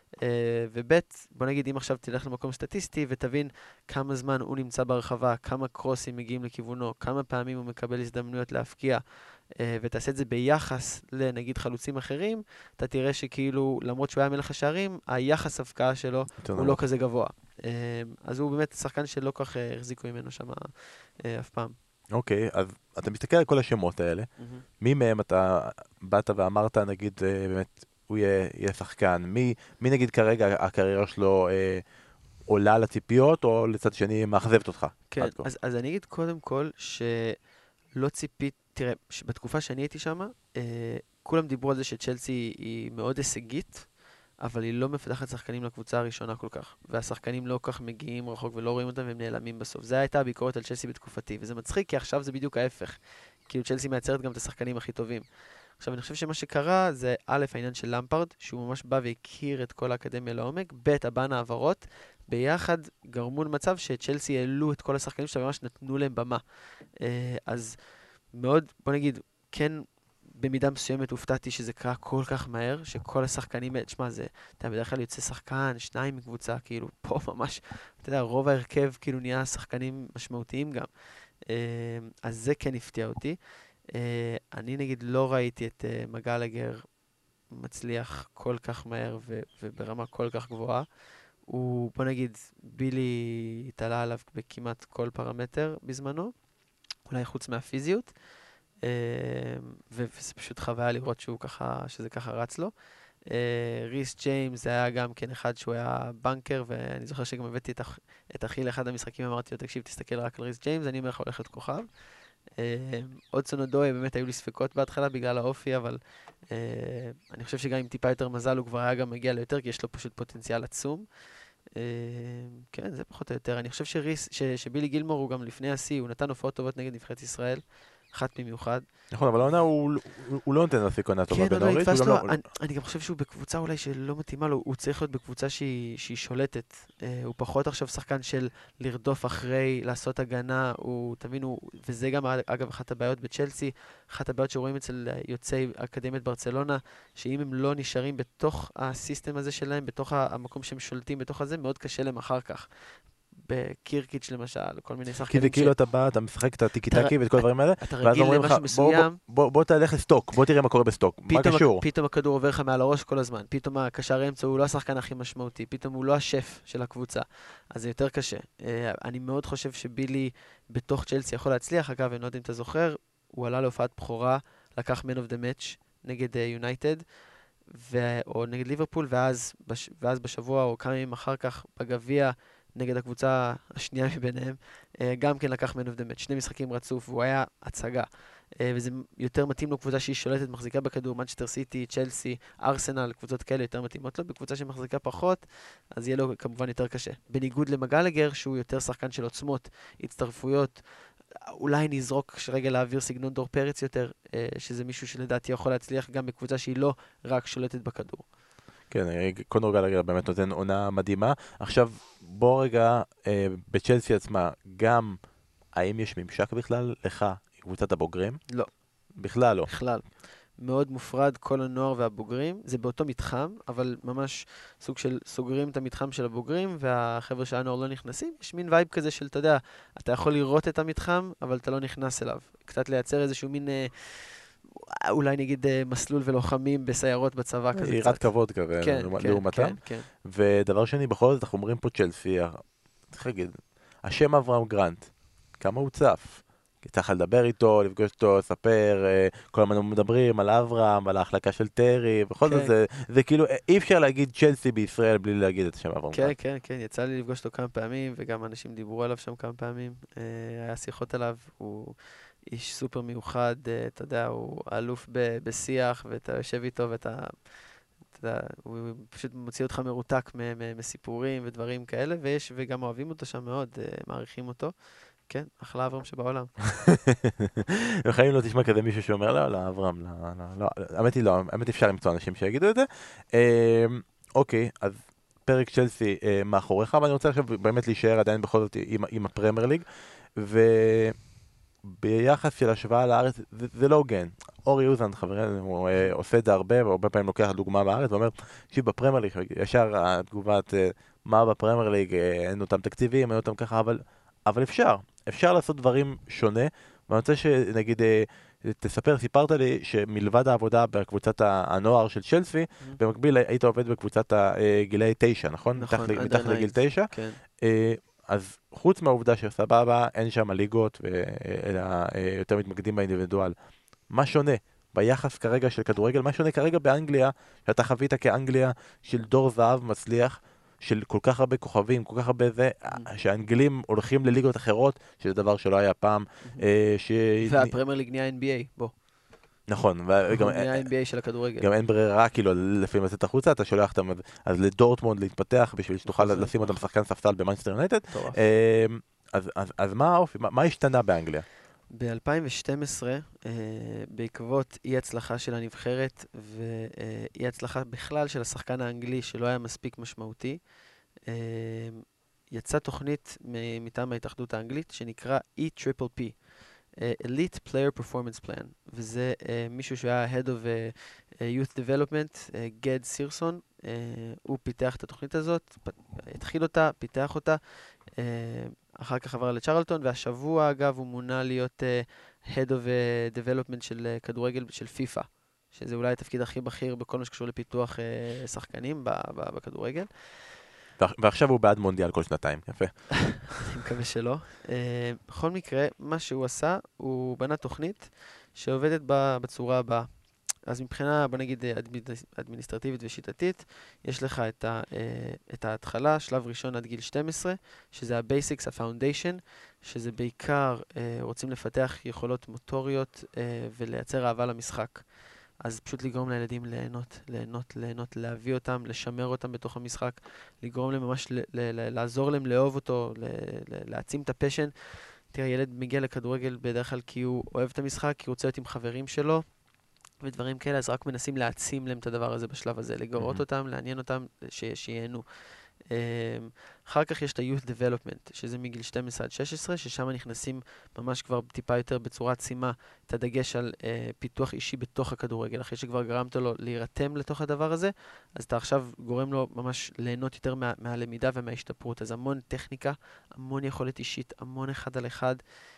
ובית, בוא נגיד, אם עכשיו תלך למקום סטטיסטי ותבין כמה זמן הוא נמצא ברחבה, כמה קרוסים מגיעים לכיוונו, כמה פעמים הוא מקבל הזדמנויות להפקיע, ותעשה את זה ביחס לנגיד חלוצים אחרים, אתה תראה שכאילו, למרות שהוא היה מלך השערים, היחס הפקעה שלו הוא לא כזה גבוה. אז הוא באמת שחקן שלא כך החזיקו ממנו שם אף פעם. אוקיי, אז אתה מסתכל על כל השמות האלה, מי מהם אתה באת ואמרת, נגיד, באמת, הוא יהיה שחקן, מי נגיד כרגע הקריירה שלו עולה לציפיות, או לצד שני מאכזבת אותך? כן, אז אני אגיד קודם כל שלא ציפית, תראה, בתקופה שאני הייתי שם, כולם דיברו על זה שצ'לסי היא מאוד הישגית, אבל היא לא מפתחת שחקנים לקבוצה הראשונה כל כך, והשחקנים לא כך מגיעים רחוק ולא רואים אותם והם נעלמים בסוף. זה הייתה הביקורת על צ'לסי בתקופתי, וזה מצחיק כי עכשיו זה בדיוק ההפך. כאילו צ'לסי מייצרת גם את השחקנים הכי טובים. עכשיו, אני חושב שמה שקרה זה א', העניין של למפרד, שהוא ממש בא והכיר את כל האקדמיה לעומק, ב', הבן העברות, ביחד גרמו למצב שצ'לסי העלו את כל השחקנים שממש נתנו להם במה. אז מאוד, בוא נגיד, כן, במידה מסוימת הופתעתי שזה קרה כל כך מהר, שכל השחקנים, תשמע, זה, אתה בדרך כלל יוצא שחקן, שניים מקבוצה, כאילו, פה ממש, אתה יודע, רוב ההרכב כאילו נהיה שחקנים משמעותיים גם. אז זה כן הפתיע אותי. אני נגיד לא ראיתי את מגלגר מצליח כל כך מהר וברמה כל כך גבוהה. הוא, בוא נגיד, בילי התעלה עליו בכמעט כל פרמטר בזמנו, אולי חוץ מהפיזיות, וזה פשוט חוויה לראות שזה ככה רץ לו. ריס ג'יימס זה היה גם כן אחד שהוא היה בנקר, ואני זוכר שגם הבאתי את אחי לאחד המשחקים, אמרתי לו, תקשיב, תסתכל רק על ריס ג'יימס, אני אומר לך הולך להיות כוכב. אודסון אודוי, באמת היו לי ספקות בהתחלה בגלל האופי, אבל אני חושב שגם עם טיפה יותר מזל הוא כבר היה גם מגיע ליותר, כי יש לו פשוט פוטנציאל עצום. כן, זה פחות או יותר. אני חושב שבילי גילמור הוא גם לפני השיא, הוא נתן הופעות טובות נגד נבחרת ישראל, חד במיוחד. נכון, אבל העונה הוא לא נותן להשיג עונה טובה כן, עוד לא בנוריץ'. נתפס לו, אני גם חושב שהוא בקבוצה אולי שלא מתאימה לו, הוא צריך להיות בקבוצה שהיא שולטת. הוא פחות עכשיו שחקן של לרדוף אחרי, לעשות הגנה, הוא, תבינו, וזה גם אגב אחת הבעיות בצ'לסי, אחת הבעיות שרואים אצל יוצאי אקדמית ברצלונה, שאם הם לא נשארים בתוך הסיסטם הזה שלהם, בתוך המקום שהם שולטים בתוך הזה, מאוד קשה להם אחר כך. בקירקיץ' למשל, כל מיני שחקנים. כי זה כאילו אתה בא, אתה משחק את הטיקי-טקי ואת כל הדברים האלה, אתה ואז רגיל אומרים לך, למשהו מסוים. בוא תלך לסטוק, בוא תראה מה קורה בסטוק, מה קשור? פתאום הכדור עובר לך מעל הראש כל הזמן, פתאום הקשר האמצע הוא לא השחקן הכי משמעותי, פתאום הוא לא השף של הקבוצה, אז זה יותר קשה. אני מאוד חושב שבילי בתוך צ'לסי יכול להצליח, אגב, אני לא יודע אם אתה זוכר, הוא עלה להופעת בכורה, לקח Man of the Match נגד יונייטד, או נגד ליברפול, ואז בשבוע או כמה ימים אחר כך בגביע, נגד הקבוצה השנייה מביניהם, גם כן לקח Man of the Match, 2 משחקים רצוף, והוא היה הצגה. וזה יותר מתאים לו קבוצה שהיא שולטת, מחזיקה בכדור, מנצ'סטר סיטי, צ'לסי, ארסנל, קבוצות כאלה יותר מתאימות לו, בקבוצה שמחזיקה פחות, אז יהיה לו כמובן יותר קשה. בניגוד למגלגר, שהוא יותר שחקן של עוצמות, הצטרפויות, אולי נזרוק רגע להעביר סגנון דור פרץ יותר, שזה מישהו שלדעתי יכול להצליח גם בקבוצה שהיא לא רק שולטת בכדור. כן, קונור גלגר באמת נותן עונה מדהימה. עכשיו, בוא רגע, בצ'לסי עצמה, גם, האם יש ממשק בכלל לך, קבוצת הבוגרים? לא. בכלל לא. בכלל. מאוד מופרד כל הנוער והבוגרים, זה באותו מתחם, אבל ממש סוג של סוגרים את המתחם של הבוגרים, והחבר'ה של הנוער לא נכנסים, יש מין וייב כזה של, אתה יודע, אתה יכול לראות את המתחם, אבל אתה לא נכנס אליו. קצת לייצר איזשהו מין, אולי נגיד מסלול ולוחמים בסיירות בצבא כזה קצת. יראת כבוד כזה, כן, לעומתם. כן, כן. ודבר שני, בכל זאת, אנחנו אומרים פה צ'לסי, צריך להגיד, השם אברהם גרנט, כמה הוא צף? צריך לדבר איתו, לפגוש אותו, לספר, כל הזמן מדברים על אברהם, על ההחלקה של טרי, בכל זאת זה כאילו, אי אפשר להגיד צ'לסי בישראל בלי להגיד את השם אברהם גרנט. כן, כן, יצא לי לפגוש אותו כמה פעמים, וגם אנשים דיברו עליו שם כמה פעמים, היה שיחות עליו, הוא איש סופר מיוחד, אתה יודע, הוא אלוף בשיח, ואתה יושב איתו ואתה, אתה יודע, הוא פשוט מוציא אותך מרותק מסיפורים ודברים כאלה, וגם אוהבים אותו שם מאוד, מעריכים אותו. כן, אחלה אברהם שבעולם. בחיים לא תשמע כזה מישהו שאומר, לא, אברהם, לא, האמת אפשר למצוא אנשים שיגידו את זה. אוקיי, אז פרק צ'לסי מאחוריך, אבל אני רוצה עכשיו באמת להישאר עדיין בכל זאת עם הפרמייר ליג, וביחס של השוואה לארץ, זה לא הוגן. אורי אוזן, חברנו, הוא עושה את זה הרבה, והרבה פעמים לוקח דוגמה בארץ, ואומר, תקשיב, בפרמייר ליג, ישר התגובת, מה בפרמייר ליג, אין אותם תקציבים, אין אותם ככה, אבל אפשר לעשות דברים שונה, ואני רוצה שנגיד, סיפרת לי שמלבד העבודה בקבוצת הנוער של צ'לסי, במקביל היית עובד בקבוצת גילאי 9, נכון? נכון, מתחת לגיל 9. כן. אז חוץ מהעובדה שסבבה, אין שם ליגות, אלא יותר מתמקדים באינדיבידואל. מה שונה ביחס כרגע של כדורגל? מה שונה כרגע באנגליה, שאתה חווית כאנגליה של דור זהב מצליח, של כל כך הרבה כוכבים, כל כך הרבה זה, שהאנגלים הולכים לליגות אחרות, שזה דבר שלא היה פעם. והפרמייר ליג נהיה NBA, בוא. נכון. נהיה NBA של הכדורגל. גם אין ברירה, כאילו, לפעמים לצאת החוצה, אתה שולח אותם אז לדורטמונד להתפתח, בשביל שתוכל לשים אותם שחקן ספסל במנצ'סטר יונייטד. אז מה האופי? מה השתנה באנגליה? ב-2012, בעקבות אי הצלחה של הנבחרת ואי הצלחה בכלל של השחקן האנגלי שלא היה מספיק משמעותי, יצאה תוכנית מטעם ההתאחדות האנגלית שנקרא EPPP, Elite Player Performance Plan, וזה מישהו שהיה Head of Youth Development, גד סירסון, הוא פיתח את התוכנית הזאת, התחיל אותה, פיתח אותה, אחר כך עבר לצ'רלטון, והשבוע אגב הוא מונה להיות Head of Development של כדורגל של פיפה, שזה אולי התפקיד הכי בכיר בכל מה שקשור לפיתוח שחקנים בכדורגל. ועכשיו הוא בעד מונדיאל כל שנתיים, יפה. אני מקווה שלא. בכל מקרה, מה שהוא עשה, הוא בנה תוכנית שעובדת בצורה הבאה. אז מבחינה, בוא נגיד, אדמיניסטרטיבית ושיטתית, יש לך את ההתחלה, שלב ראשון עד גיל 12, שזה ה-Basics, ה-Foundation, שזה בעיקר רוצים לפתח יכולות מוטוריות ולייצר אהבה למשחק. אז פשוט לגרום לילדים ליהנות, להביא אותם, לשמר אותם בתוך המשחק, לגרום להם ממש, לעזור להם לאהוב אותו, להעצים את הפשן, תראה, ילד מגיע לכדורגל בדרך כלל כי הוא אוהב את המשחק, כי הוא רוצה להיות עם חברים שלו, ודברים כאלה, אז רק מנסים להעצים להם את הדבר הזה בשלב הזה, לגרות אותם, לעניין אותם, שיהנו. אחר כך יש את ה-Youth Development, שזה מגיל 12 עד 16, ששם נכנסים ממש כבר טיפה יותר בצורה עצימה את הדגש על פיתוח אישי בתוך הכדורגל. אחרי שכבר גרמת לו להירתם לתוך הדבר הזה, אז אתה עכשיו גורם לו ממש ליהנות יותר מהלמידה ומההשתפרות. אז המון טכניקה, המון יכולת אישית, המון אחד על אחד,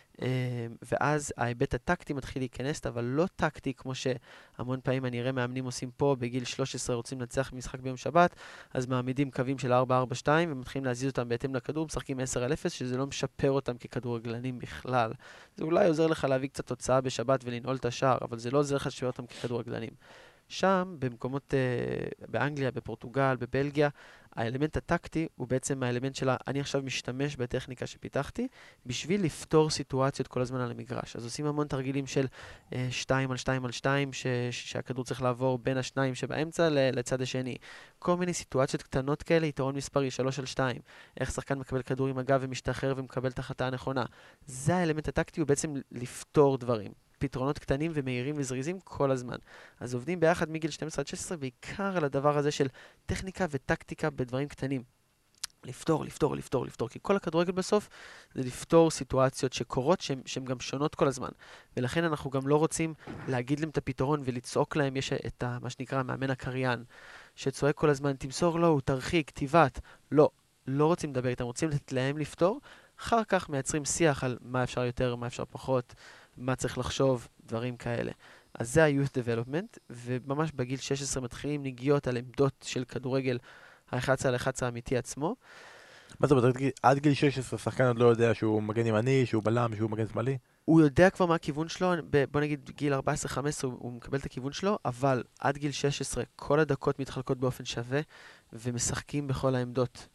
ואז ההיבט הטקטי מתחיל להיכנס, אבל לא טקטי כמו שהמון פעמים אני אראה מאמנים עושים פה, בגיל 13 רוצים לנצח משחק ביום שבת, אז מעמידים קווים של 4-4-2 ומתחילים להזיז אותם בהתאם לכדור, משחקים 10-0, שזה לא משפר אותם ככדורגלנים בכלל. זה אולי עוזר לך להביא קצת תוצאה בשבת ולנעול את השער, אבל זה לא עוזר לך לשפר אותם ככדורגלנים. שם, במקומות, באנגליה, בפורטוגל, בבלגיה, האלמנט הטקטי הוא בעצם האלמנט שלה, אני עכשיו משתמש בטכניקה שפיתחתי, בשביל לפתור סיטואציות כל הזמן על המגרש. אז עושים המון תרגילים של 2-2-2, שהכדור צריך לעבור בין השניים שבאמצע לצד השני. כל מיני סיטואציות קטנות כאלה, יתרון מספרי 3-2, איך שחקן מקבל כדור עם הגב ומשתחרר ומקבל את החלטה הנכונה. זה האלמנט הטקטי, הוא בעצם לפתור דברים. פתרונות קטנים ומהירים וזריזים כל הזמן. אז עובדים ביחד מגיל 12 עד 16, בעיקר על הדבר הזה של טכניקה וטקטיקה בדברים קטנים. לפתור, כי כל הכדורגל בסוף זה לפתור סיטואציות שקורות שהן גם שונות כל הזמן. ולכן אנחנו גם לא רוצים להגיד להם את הפתרון ולצעוק להם, יש את מה שנקרא מאמן הקריין, שצועק כל הזמן, תמסור לו, תרחיק, תיבט. לא רוצים לדבר איתם, רוצים לתת להם לפתור, אחר כך מייצרים שיח על מה אפשר יותר, מה אפשר פחות, מה צריך לחשוב, דברים כאלה. אז זה ה-Youth Development, וממש בגיל 16 מתחילים נגיעות על עמדות של כדורגל ה-11 על 11 האמיתי עצמו. מה זאת אומרת, עד גיל 16 שחקן עוד לא יודע שהוא מגן ימני, שהוא בלם, שהוא מגן שמאלי? הוא יודע כבר מה הכיוון שלו, בוא נגיד גיל 14-15 הוא מקבל את הכיוון שלו, אבל עד גיל 16 כל הדקות מתחלקות באופן שווה, ומשחקים בכל העמדות.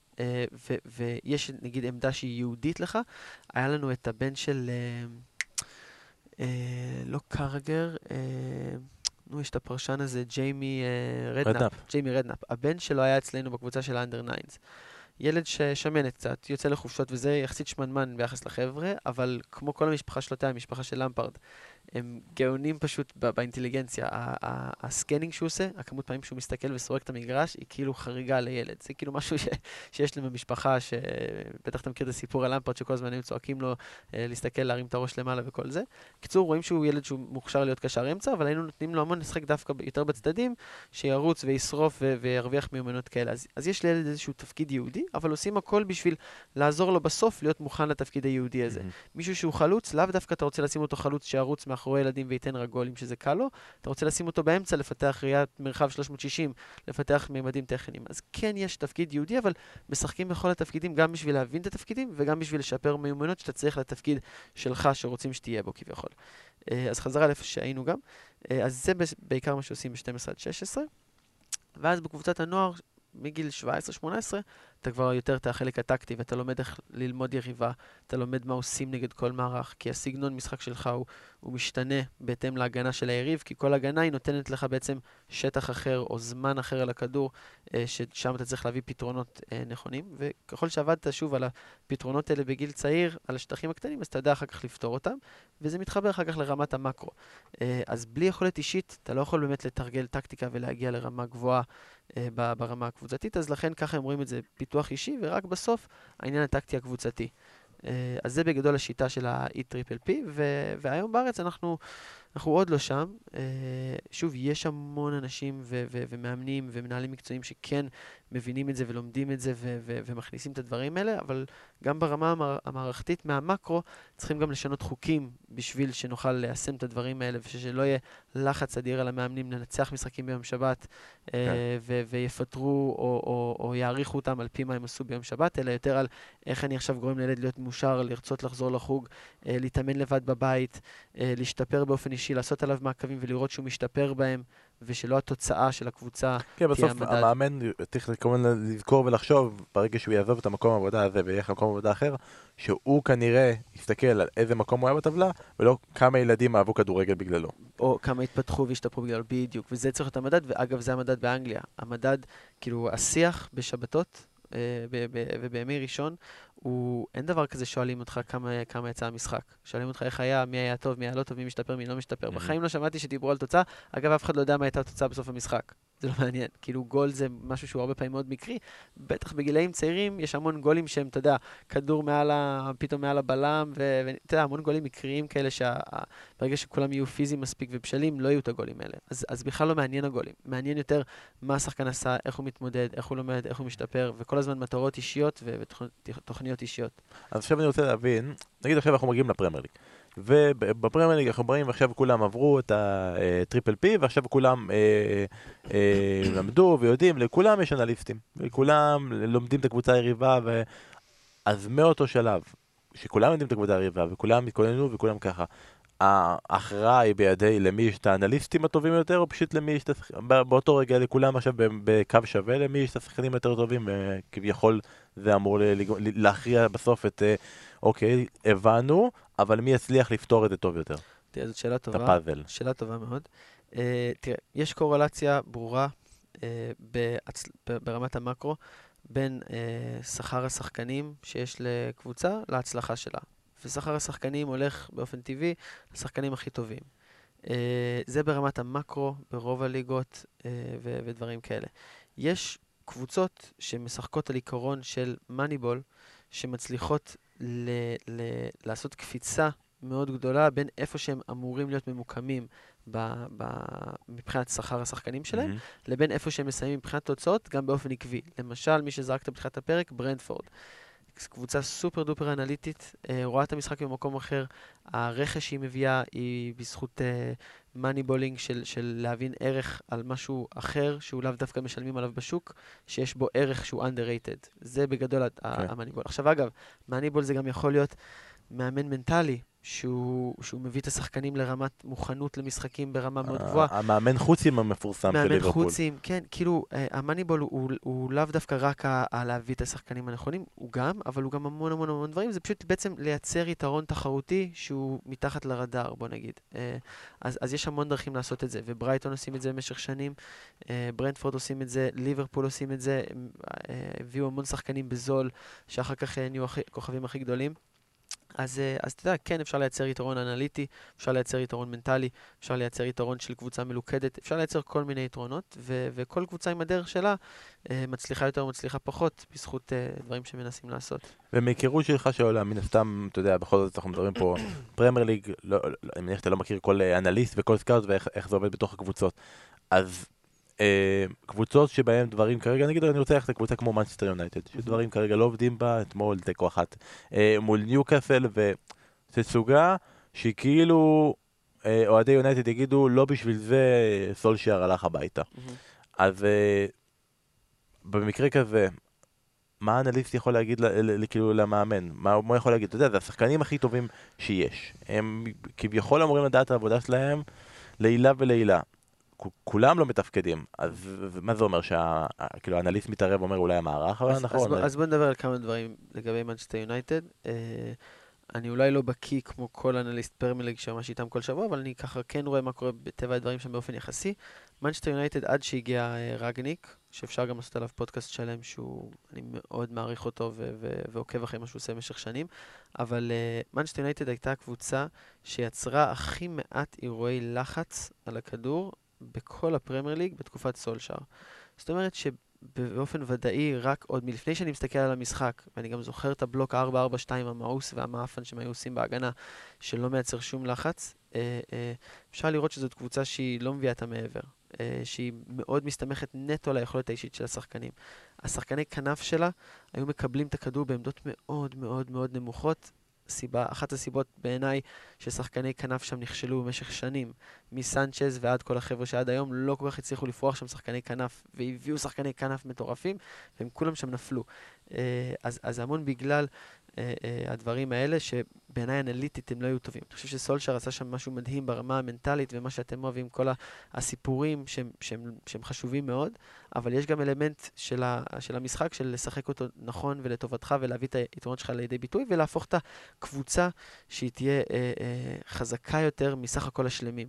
ויש נגיד עמדה שהיא יהודית לך, היה לנו את הבן של... לא קרגר, יש את הפרשן הזה, ג'יימי רדנאפ. הבן שלו היה אצלנו בקבוצה של האנדר ניינס. ילד ששמנת קצת, יוצא לחופשות וזה יחסית שמנמן ביחס לחבר'ה, אבל כמו כל המשפחה שלו, המשפחה של למפרד, הם גאונים פשוט באינטליגנציה. הסקנינג שהוא עושה, הכמות פעמים שהוא מסתכל וסורק את המגרש, היא כאילו חריגה לילד. זה כאילו משהו שיש להם במשפחה, שבטח אתה מכיר את הסיפור על למפרד, שכל הזמן הם צועקים לו להסתכל, להרים את הראש למעלה וכל זה. קיצור, רואים שהוא ילד שהוא מוכשר להיות קשר אמצע, אבל היינו נותנים לו המון לשחק דווקא יותר בצדדים, שירוץ וישרוף וירוויח מיומנות כאלה. אז יש לילד איזשהו תפקיד יהודי, אבל עושים הכל בשביל לעזור לו בסוף להיות מוכן לתפקיד היהודי הזה. מישהו שהוא חלוץ, לאו דווקא אתה רוצה לשים אותו חלוץ שירוץ מאחורי ילדים וייתן רגולים שזה קל לו, אתה רוצה לשים אותו באמצע, לפתח ראיית מרחב 360, לפתח מימדים טכניים. אז כן יש תפקיד יהודי, אבל משחקים בכל התפקידים גם בשביל להבין את התפקידים וגם בשביל לשפר מיומנות שאתה צריך לתפקיד שלך שרוצים שתהיה בו כביכול. אז חזרה לאיפה שהיינו גם. אז זה בעיקר מה שעושים ב-12 עד 16. ואז בקבוצת הנוער, מגיל 17-18, אתה כבר יותר את החלק הטקטי, ואתה לומד איך ללמוד יריבה, אתה לומד מה עושים נגד כל מערך, כי הסגנון משחק שלך הוא משתנה בהתאם להגנה של היריב, כי כל הגנה היא נותנת לך בעצם שטח אחר או זמן אחר על הכדור, ששם אתה צריך להביא פתרונות נכונים, וככל שעבדת שוב על הפתרונות האלה בגיל צעיר, על השטחים הקטנים, אז אתה יודע אחר כך לפתור אותם, וזה מתחבר אחר כך לרמת המקרו. אז בלי יכולת אישית, אתה לא יכול באמת לתרגל טקטיקה ולהגיע לרמה גבוהה ברמה הקבוצתית, אז לכן ככה הם רואים את זה פיתוח אישי, ורק בסוף העניין הטקטי הקבוצתי. אז זה בגדול השיטה של ה-EPPP, והיום בארץ אנחנו עוד לא שם. שוב, יש המון אנשים ומאמנים ומנהלים מקצועיים שכן מבינים את זה ולומדים את זה ומכניסים את הדברים האלה, אבל גם ברמה המערכתית מהמקרו צריכים גם לשנות חוקים בשביל שנוכל ליישם את הדברים האלה, ושלא יהיה לחץ אדיר על המאמנים לנצח משחקים ביום שבת, ויפטרו או יעריכו אותם על פי מה הם עשו ביום שבת, אלא יותר על איך אני עכשיו גורם לילד להיות מאושר, לרצות לחזור לחוג, להתאמן לבד בבית, להשתפר באופן אישי, לעשות עליו מעקבים ולראות שהוא משתפר בהם, ושלא התוצאה של הקבוצה תהיה המדד. כן, בסוף המאמן צריך כמובן לזכור ולחשוב, ברגע שהוא יעזוב את המקום העבודה הזה וילך למקום עבודה אחר, שהוא כנראה יסתכל על איזה מקום הוא היה בטבלה, ולא כמה ילדים אהבו כדורגל בגללו. או כמה התפתחו והשתפרו בגללו, בדיוק. וזה צריך להיות המדד, ואגב זה המדד באנגליה. המדד, כאילו השיח בשבתות, ובימי ראשון, אין דבר כזה שואלים אותך כמה יצא המשחק. שואלים אותך איך היה, מי היה טוב, מי היה לא טוב, מי משתפר, מי לא משתפר. בחיים לא שמעתי שדיברו על תוצאה. אגב, אף אחד לא יודע מה הייתה התוצאה בסוף המשחק. זה לא מעניין. כאילו גול זה משהו שהוא הרבה פעמים מאוד מקרי. בטח בגילאים צעירים יש המון גולים שהם, אתה יודע, כדור פתאום מעל הבלם, ואתה יודע, המון גולים מקריים כאלה ברגע שכולם יהיו פיזיים מספיק ובשלים, לא יהיו את הגולים האלה. אז בכלל לא מעניין הגולים. מעניין יותר מה השחקן עשה, איך הוא מתמודד, איך הוא לומד, איך הוא משתפר, וכל הזמן מטרות אישיות ותוכניות אישיות. אז עכשיו אני רוצה להבין, נגיד עכשיו אנחנו מגיעים לפרמייר ליג, ובפרמייר ליג אנחנו באים ועכשיו כולם עברו את הטריפל פי, ועכשיו כולם למדו ויודעים, לכולם יש אנליסטים, וכולם לומדים את הקבוצה היריבה, אז מאותו שלב, שכולם יודעים את הקבוצה היריבה, וכולם מתכוננו וכולם ככה, ההכרעה היא בידי למי יש את האנליסטים הטובים יותר, או פשוט למי יש באותו רגע לכולם עכשיו בקו שווה, למי יש את השחקנים יותר טובים, כביכול זה אמור להכריע בסוף את, אוקיי, הבנו, אבל מי יצליח לפתור את זה טוב יותר? תראה, זאת שאלה טובה. את הפאזל. שאלה טובה מאוד. תראה, יש קורלציה ברורה ברמת המקרו, בין שכר השחקנים שיש לקבוצה להצלחה שלה. ושכר השחקנים הולך באופן טבעי לשחקנים הכי טובים. זה ברמת המקרו, ברוב הליגות ודברים כאלה. יש קבוצות שמשחקות על עיקרון של מניבול, שמצליחות לעשות קפיצה מאוד גדולה בין איפה שהם אמורים להיות ממוקמים מבחינת שכר השחקנים שלהם, לבין איפה שהם מסיימים מבחינת תוצאות, גם באופן עקבי. למשל, מי שזרקת בתחילת הפרק, ברנדפורד. קבוצה סופר דופר אנליטית, רואה את המשחק במקום אחר, הרכש שהיא מביאה היא בזכות מניבולינג של להבין ערך על משהו אחר, שהוא לאו דווקא משלמים עליו בשוק, שיש בו ערך שהוא underrated. זה בגדול המניבול. עכשיו אגב, מניבול זה גם יכול להיות מאמן מנטלי, שהוא מביא את השחקנים לרמת מוכנות למשחקים ברמה מאוד גבוהה. המאמן חוצים המפורסם של ליברפול. מאמן חוצים, כן, כאילו, המניבול הוא לאו דווקא רק להביא את השחקנים הנכונים, הוא גם, אבל הוא גם המון המון המון דברים, זה פשוט בעצם לייצר יתרון תחרותי שהוא מתחת לרדאר, בוא נגיד. אז יש המון דרכים לעשות את זה, וברייטון עושים את זה במשך שנים, ברנדפורד עושים את זה, ליברפול עושים את זה, הביאו המון שחקנים בזול, שאחר כך נהיו הכוכבים הכי גדולים. אז אתה יודע, כן, אפשר לייצר יתרון אנליטי, אפשר לייצר יתרון מנטלי, אפשר לייצר יתרון של קבוצה מלוכדת, אפשר לייצר כל מיני יתרונות, וכל קבוצה עם הדרך שלה מצליחה יותר או מצליחה פחות, בזכות דברים שמנסים לעשות. ומהיכרות שלך שעולה, מן הסתם, אתה יודע, בכל זאת אנחנו מדברים פה, פרמייר ליג, אני מניח שאתה לא מכיר כל אנליסט וכל סקאוט ואיך זה עובד בתוך הקבוצות. אז קבוצות שבהן דברים כרגע, נגיד אני רוצה ללכת לקבוצה כמו מנצ'סטר יונייטד, שדברים כרגע לא עובדים בה, אתמול תיקו אחת מול ניוקאסל, ותצוגה שהיא כאילו אוהדי יונייטד יגידו לא בשביל זה סולשייר הלך הביתה. אז במקרה כזה, מה האנליסט יכול להגיד כאילו למאמן? מה הוא יכול להגיד? אתה יודע, זה השחקנים הכי טובים שיש. הם כביכול אמורים לדעת את העבודה שלהם לעילה ולעילה. כולם לא מתפקדים, אז מה זה אומר כאילו האנליסט מתערב ואומר אולי המערך, אבל נכון. אז בוא נדבר על כמה דברים לגבי מנצ'סטר יונייטד. אני אולי לא בקיא כמו כל אנליסט פרמייר ליג שממש איתם כל שבוע, אבל אני ככה כן רואה מה קורה בטבע הדברים שם באופן יחסי. מנצ'סטר יונייטד עד שהגיע רגניק, שאפשר גם לעשות עליו פודקאסט שלם שאני מאוד מעריך אותו ועוקב אחרי מה שהוא עושה במשך שנים, אבל מנצ'סטר יונייטד הייתה קבוצה שיצרה הכי מעט אירועי לחץ על הכדור בכל הפרמייר ליג בתקופת סולשייר. זאת אומרת שבאופן ודאי, רק עוד מלפני שאני מסתכל על המשחק, ואני גם זוכר את הבלוק 4-4-2 המאוס והמאפן שהם היו עושים בהגנה, שלא מייצר שום לחץ, אפשר לראות שזאת קבוצה שהיא לא מביאה את המעבר, שהיא מאוד מסתמכת נטו על היכולת האישית של השחקנים. השחקני כנף שלה היו מקבלים את הכדור בעמדות מאוד מאוד מאוד נמוכות, אחת הסיבות בעיניי ששחקני כנף שם נכשלו במשך שנים, מסנצ'ז ועד כל החבר'ה שעד היום לא כל כך הצליחו לפרוח שם שחקני כנף, והביאו שחקני כנף מטורפים, והם כולם שם נפלו. אז המון בגלל הדברים האלה, שבעיניי אנליטית הם לא היו טובים. אני חושב שסולשייר עשה שם משהו מדהים ברמה המנטלית, ומה שאתם אוהבים, כל הסיפורים שהם חשובים מאוד, אבל יש גם אלמנט של המשחק, של לשחק אותו נכון ולטובתך, ולהביא את היתרונות שלך לידי ביטוי, ולהפוך את הקבוצה שהיא תהיה חזקה יותר מסך הכל השלמים.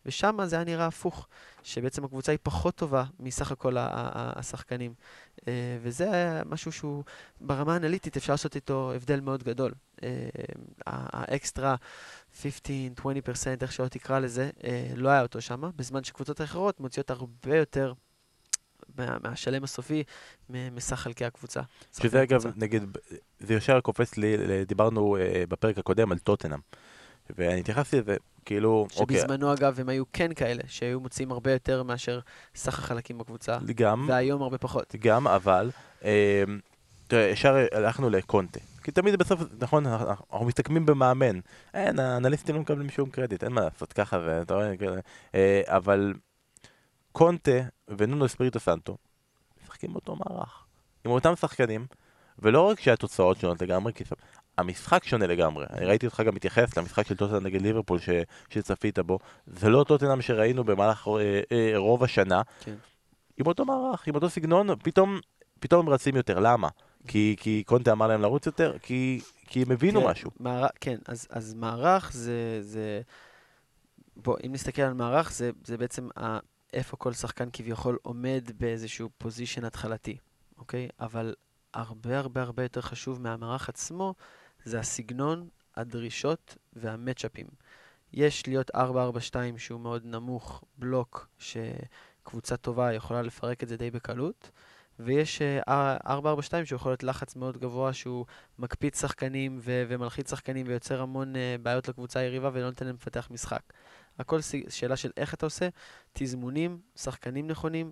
ושם זה היה נראה הפוך, שבעצם הקבוצה היא פחות טובה מסך הכל השחקנים. וזה היה משהו שהוא ברמה האנליטית אפשר לעשות איתו הבדל מאוד גדול. האקסטרה 15-20%, איך שלא תקרא לזה, לא היה אותו שם, בזמן שקבוצות האחרות מוציאות הרבה יותר מהשלם הסופי מסך חלקי הקבוצה. שזה אגב, נגיד, זה ישר קופץ לי, דיברנו בפרק הקודם על טוטנהאם, ואני התייחסתי לזה, כאילו, שבזמנו אגב הם היו כן כאלה, שהיו מוציאים הרבה יותר מאשר סך החלקים בקבוצה, והיום הרבה פחות. גם, אבל, תראה, ישר הלכנו לקונטה, כי תמיד בסוף, נכון, אנחנו מסתכמים במאמן, האנליסטים לא מקבלים שום קרדיט, אין מה לעשות ככה, ואתה רואה, אבל קונטה ונונו אספיריטו סנטו משחקים אותו מערך, עם אותם שחקנים, ולא רק שהתוצאות שונות לגמרי, כי המשחק שונה לגמרי. אני ראיתי אותך גם מתייחס למשחק של טוטנהאם נגד ליברפול שצפית בו. זה לא טוטנהאם שראינו במהלך רוב השנה. כן. עם אותו מערך, עם אותו סגנון, פתאום הם רצים יותר. למה? כי קונטה אמר להם לרוץ יותר? כי הם הבינו כן, משהו. כן, אז מערך זה... בוא, אם נסתכל על מערך, זה בעצם איפה כל שחקן כביכול עומד באיזשהו פוזישן התחלתי, אוקיי? אבל הרבה הרבה הרבה יותר חשוב מהמערך עצמו, זה הסגנון, הדרישות והמצ'אפים. יש להיות 4-4-2 שהוא מאוד נמוך, בלוק, שקבוצה טובה יכולה לפרק את זה די בקלות, ויש 4-4-2 שיכול להיות לחץ מאוד גבוה, שהוא מקפיץ שחקנים ומלחיץ שחקנים ויוצר המון בעיות לקבוצה היריבה ולא נותן להם לפתח משחק. הכל שאלה של איך אתה עושה, תזמונים, שחקנים נכונים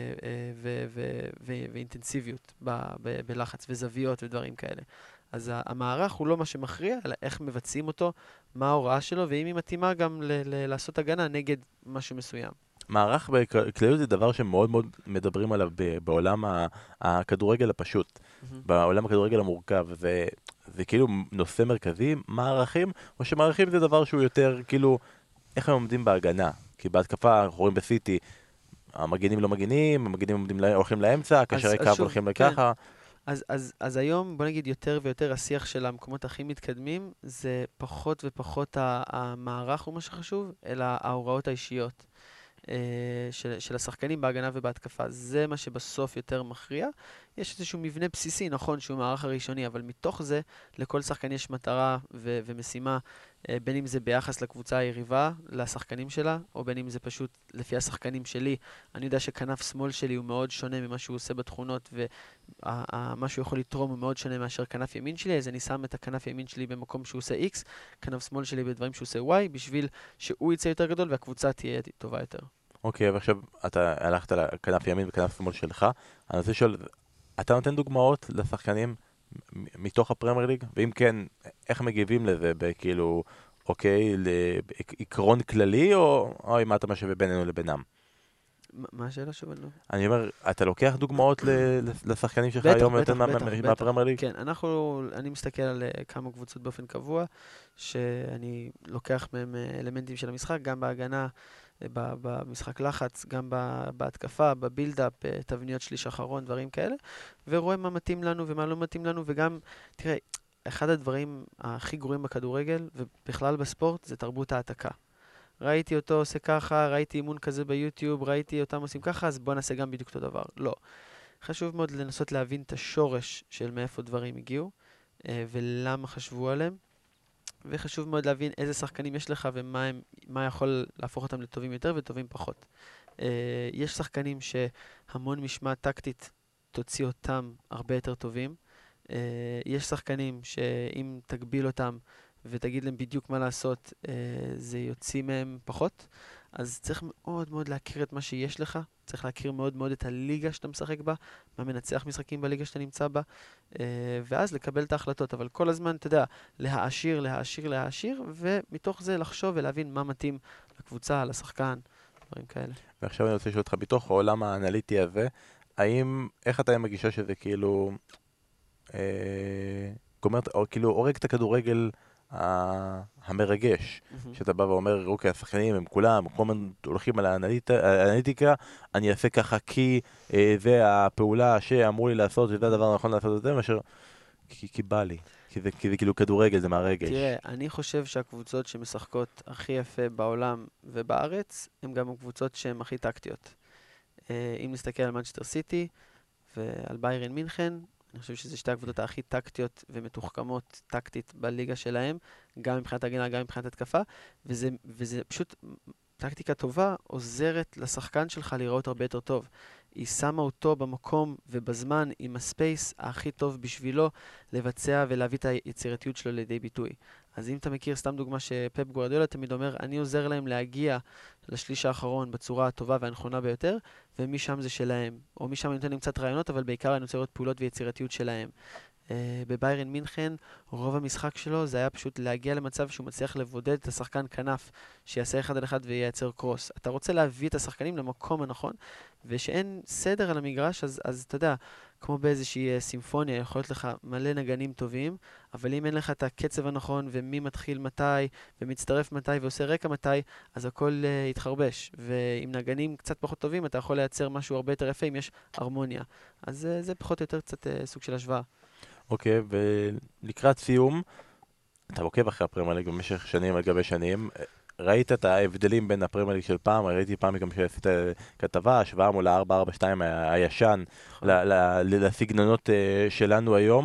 ואינטנסיביות בלחץ וזוויות ודברים כאלה. אז המערך הוא לא מה שמכריע, אלא איך מבצעים אותו, מה ההוראה שלו, ואם היא מתאימה גם לעשות הגנה נגד משהו מסוים. מערך בכלליות זה דבר שמאוד מאוד מדברים עליו בעולם הכדורגל הפשוט, בעולם הכדורגל המורכב, זה כאילו נושא מרכזי, מערכים, או שמערכים זה דבר שהוא יותר כאילו, איך הם עומדים בהגנה? כי בהתקפה, אנחנו רואים בסיטי, המגנים לא מגנים, המגנים הולכים לאמצע, קשרי קו הולכים לככה. אז היום, בוא נגיד, יותר ויותר השיח של המקומות הכי מתקדמים, זה פחות ופחות המערך הוא מה שחשוב, אלא ההוראות האישיות של השחקנים בהגנה ובהתקפה. זה מה שבסוף יותר מכריע. יש איזשהו מבנה בסיסי, נכון, שהוא מערך הראשוני, אבל מתוך זה, לכל שחקן יש מטרה ומשימה, בין אם זה ביחס לקבוצה היריבה, לשחקנים שלה, או בין אם זה פשוט לפי השחקנים שלי. אני יודע שכנף שמאל שלי הוא מאוד שונה ממה שהוא עושה בתכונות, ומה שהוא יכול לתרום הוא מאוד שונה מאשר כנף ימין שלי, אז אני שם את הכנף ימין שלי במקום שהוא עושה X, כנף שמאל שלי בדברים שהוא עושה Y, בשביל שהוא יצא יותר גדול והקבוצה תהיה טובה יותר. אוקיי, ועכשיו אתה הלכת לכנף ימין וכנף שמאל שלך, אני רוצה לשאול, אתה נותן דוגמאות לשחקנים מתוך הפרמייר ליג? ואם כן, איך מגיבים לזה בכאילו, אוקיי, לעקרון כללי, או מה אתה משווה בינינו לבינם? מה השאלה שוב? אני אומר, אתה לוקח דוגמאות לשחקנים שלך היום יותר מהפרמייר ליג? כן, אני מסתכל על כמה קבוצות באופן קבוע, שאני לוקח מהם אלמנטים של המשחק, גם בהגנה, במשחק לחץ, גם בהתקפה, בבילדאפ, תבניות שליש אחרון, דברים כאלה, ורואה מה מתאים לנו ומה לא מתאים לנו, וגם, תראה, אחד הדברים הכי גרועים בכדורגל, ובכלל בספורט, זה תרבות העתקה. ראיתי אותו עושה ככה, ראיתי אימון כזה ביוטיוב, ראיתי אותם עושים ככה, אז בוא נעשה גם בדיוק אותו דבר. לא. חשוב מאוד לנסות להבין את השורש של מאיפה דברים הגיעו, ולמה חשבו עליהם, וחשוב מאוד להבין איזה שחקנים יש לך ומה יכול להפוך אותם לטובים יותר וטובים פחות. יש שחקנים שהמון משמעת טקטית תוציא אותם הרבה יותר טובים. יש שחקנים שאם תגביל אותם ותגיד להם בדיוק מה לעשות, זה יוציא מהם פחות. אז צריך מאוד מאוד להכיר את מה שיש לך, צריך להכיר מאוד מאוד את הליגה שאתה משחק בה, מה מנצח משחקים בליגה שאתה נמצא בה, ואז לקבל את ההחלטות. אבל כל הזמן, אתה יודע, להעשיר, ומתוך זה לחשוב ולהבין מה מתאים לקבוצה, לשחקן, דברים כאלה. ועכשיו אני רוצה לשאול אותך, בתוך העולם האנליטי הזה, איך אתה מגישה שזה כאילו, כאילו הורג את הכדורגל המרגש, שאתה בא ואומר, אוקיי, השחקנים הם כולם, כל הזמן הולכים על האנליטיקה, אני אעשה ככה כי זה הפעולה שאמרו לי לעשות, וזה הדבר הנכון לעשות את זה, מאשר כי בא לי. כי זה כאילו כדורגל, זה מהרגש. תראה, אני חושב שהקבוצות שמשחקות הכי יפה בעולם ובארץ, הן גם הקבוצות שהן הכי טקטיות. אם נסתכל על מנצ'סטר סיטי ועל ביירן מינכן, אני חושב שזה שתי הקבוצות הכי טקטיות ומתוחכמות טקטית בליגה שלהם, גם מבחינת הגנה, גם מבחינת התקפה, וזה פשוט טקטיקה טובה עוזרת לשחקן שלך לראות הרבה יותר טוב. היא שמה אותו במקום ובזמן עם הספייס הכי טוב בשבילו לבצע ולהביא את היצירתיות שלו לידי ביטוי. אז אם אתה מכיר, סתם דוגמה שפפ גוארדיולה תמיד אומר, אני עוזר להם להגיע לשליש האחרון בצורה הטובה והנכונה ביותר, ומשם זה שלהם. או משם אני נותן להם קצת רעיונות, אבל בעיקר אני רוצה לראות פעולות ויצירתיות שלהם. בביירן מינכן, רוב המשחק שלו זה היה פשוט להגיע למצב שהוא מצליח לבודד את השחקן כנף, שיעשה אחד על אחד וייצר קרוס. אתה רוצה להביא את השחקנים למקום הנכון, ושאין סדר על המגרש, אז אתה יודע, כמו באיזושהי סימפוניה, יכול להיות לך מלא נגנים טובים, אבל אם אין לך את הקצב הנכון, ומי מתחיל מתי, ומצטרף מתי, ועושה רקע מתי, אז הכל יתחרבש. ועם נגנים קצת פחות טובים, אתה יכול לייצר משהו הרבה יותר יפה אם יש הרמוניה. אז זה פחות או יותר קצת סוג של השוואה. אוקיי, ולקראת סיום, אתה עוקב אחרי הפרמייר ליג במשך שנים על גבי שנים, ראית את ההבדלים בין הפרמייר ליג של פעם, ראיתי פעם גם שעשית כתבה, השוואה מול ה-442 הישן לסגנונות שלנו היום.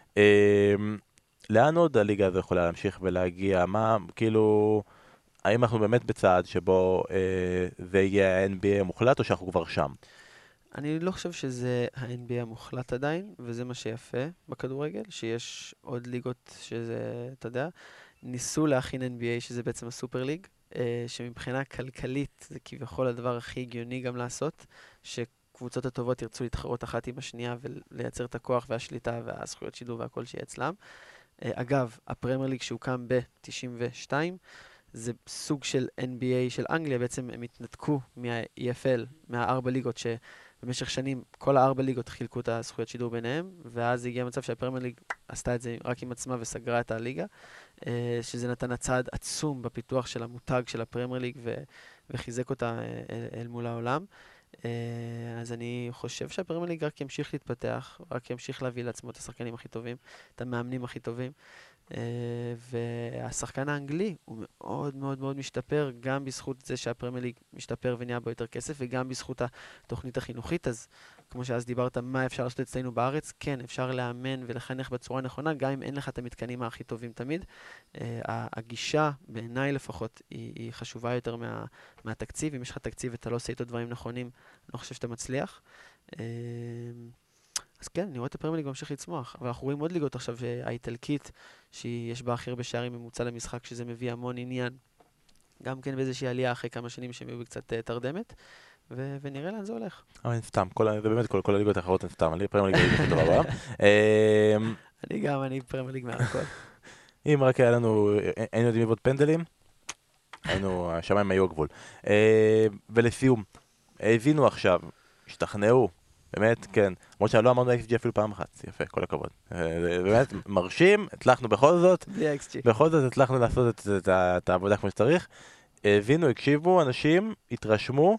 לאן עוד הליגה הזו יכולה להמשיך ולהגיע? מה, כאילו, האם אנחנו באמת בצעד שבו זה יהיה ה-NBA המוחלט או שאנחנו כבר שם? אני לא חושב שזה ה-NBA המוחלט עדיין, וזה מה שיפה בכדורגל, שיש עוד ליגות שזה, אתה יודע, ניסו להכין NBA, שזה בעצם הסופר ליג, שמבחינה כלכלית זה כביכול הדבר הכי הגיוני גם לעשות, שקבוצות הטובות ירצו להתחרות אחת עם השנייה ולייצר את הכוח והשליטה והזכויות שידור והכל שיהיה אצלם. אגב, הפרמייר ליג שהוקם ב-92, זה סוג של NBA של אנגליה, בעצם הם התנתקו מה-EFL, מה-4 ליגות שבמשך שנים כל ה4 ליגות חילקו את הזכויות שידור ביניהם, ואז הגיע מצב שהפרמייר ליג עשתה את זה רק עם עצמה וסגרה את הליגה, שזה נתן הצעד עצום בפיתוח של המותג של הפרמייר ליג וחיזק אותה אל מול העולם. אז אני חושב שהפרמייר ליג רק ימשיך להתפתח, רק ימשיך להביא לעצמו את השחקנים הכי טובים, את המאמנים הכי טובים. והשחקן האנגלי הוא מאוד מאוד מאוד משתפר, גם בזכות זה שהפרמייר ליג משתפר ונהיה בו יותר כסף, וגם בזכות התוכנית החינוכית. אז כמו שאז דיברת, מה אפשר לעשות אצלנו בארץ? כן, אפשר לאמן ולחנך בצורה נכונה, גם אם אין לך את המתקנים הכי טובים תמיד. הגישה, בעיניי לפחות, היא חשובה יותר מהתקציב. אם יש לך תקציב ואתה לא עושה איתו דברים נכונים, אני לא חושב שאתה מצליח. אז כן, אני רואה את הפרמייר ליג ממשיך לצמוח, אבל אנחנו רואים עוד ליגות עכשיו, האיטלקית, שיש בה הכי הרבה שערים ממוצע למשחק, שזה מביא המון עניין, גם כן באיזושהי עלייה אחרי כמה שנים שהם יהיו קצת תרדמת, ונראה לאן זה הולך. אבל סתם, זה באמת כל הליגות האחרות הן סתם, אני פרמייר ליג הכי טובה בעולם. אני פרמייר ליג מעל הכל. אם רק היינו יודעים לבעוט פנדלים, השמיים היו הגבול. ולסיום, הבינו עכשיו, השתכנעו, באמת, כן. למרות שלא אמרנו XG אפילו פעם אחת. יפה, כל הכבוד. באמת, מרשים, הצלחנו בכל זאת. בלי XG. בכל זאת הצלחנו לעשות את העבודה כמו שצריך. הבינו, הקשיבו, אנשים התרשמו.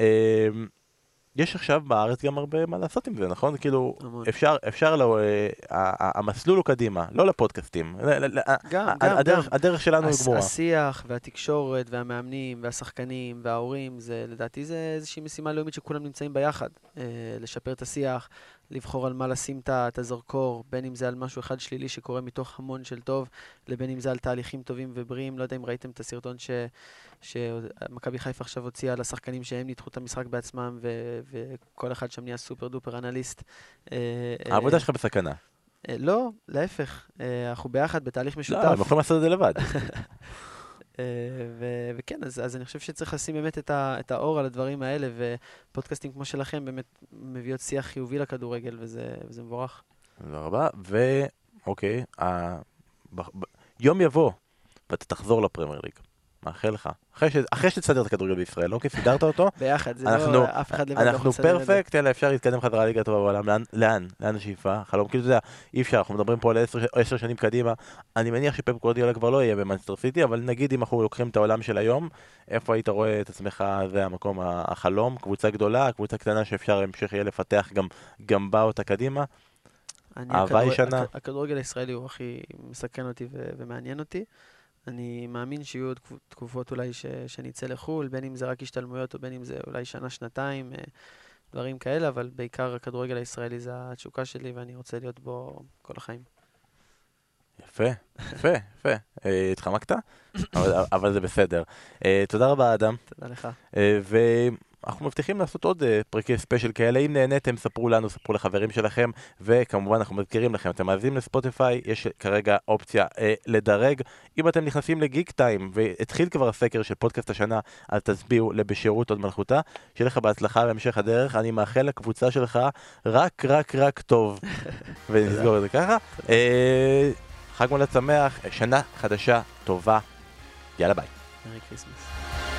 יש עכשיו בארץ גם הרבה מה לעשות עם זה, נכון? כאילו, אפשר המסלול הוא קדימה, לא לפודקאסטים. הדרך שלנו היא גמורה. השיח והתקשורת והמאמנים והשחקנים וההורים, לדעתי זה איזושהי משימה לאומית שכולם נמצאים ביחד. לשפר את השיח, לבחור על מה לשים את הזרקור, בין אם זה על משהו אחד שלילי שקורה מתוך המון של טוב, לבין אם זה על תהליכים טובים ובריאים. לא יודע אם ראיתם את הסרטון שמכבי חיפה עכשיו הוציאה על השחקנים שהם ניתחו את המשחק בעצמם, וכל אחד שם נהיה סופר דופר אנליסט. העבודה שלך בסכנה. לא, להפך. אנחנו ביחד בתהליך משותף. לא, הם יכולים לעשות את זה לבד. וכן, אז אני חושב שצריך לשים באמת את האור על הדברים האלה, ופודקאסטים כמו שלכם באמת מביאות שיח חיובי לכדורגל, וזה מבורך. תודה רבה, ואוקיי, יום יבוא, ואתה תחזור לפרמייר ליג. מאחל לך. אחרי שתסדר את הכדורגל בישראל, אוקיי, סידרת אותו. ביחד, זה לא אף אחד לבד. אנחנו פרפקט, אלא אפשר להתקדם חזרה ליגה טובה בעולם. לאן השאיפה? חלום, כאילו זה, אי אפשר, אנחנו מדברים פה על 10 שנים קדימה. אני מניח שפפ גוארדיולה כבר לא יהיה במנצ'סטר סיטי, אבל נגיד אם אנחנו לוקחים את העולם של היום, איפה היית רואה את עצמך, זה המקום החלום, קבוצה גדולה, קבוצה קטנה שאפשר להמשיך יהיה לפתח גם בה אותה קדימה? אהבה ישנה. הכדורגל הישראלי הוא הכי מסקרן אותי ומעניין אותי. אני מאמין שיהיו עוד תקופות אולי שאני אצא לחול, בין אם זה רק השתלמויות או בין אם זה אולי שנה, שנתיים, דברים כאלה, אבל בעיקר הכדורגל הישראלי זה התשוקה שלי ואני רוצה להיות בו כל החיים. יפה, יפה, יפה. התחמקת? אבל זה בסדר. תודה רבה, אדם. תודה לך. ואנחנו מבטיחים לעשות עוד פרקי ספיישל כאלה. אם נהניתם, ספרו לנו, ספרו לחברים שלכם, וכמובן אנחנו מזכירים לכם, אתם מאזינים לספוטיפיי, יש כרגע אופציה לדרג. אם אתם נכנסים לגיק טיים, והתחיל כבר הסקר של פודקאסט השנה, אז תצביעו לבשירות עוד מלכותה. שיהיה לך בהצלחה בהמשך הדרך. אני מאחל לקבוצה שלך רק טוב. ונסגור את זה ככה. חג מולד שמח, שנה חדשה טובה. יאללה ביי. מרי קריסמס.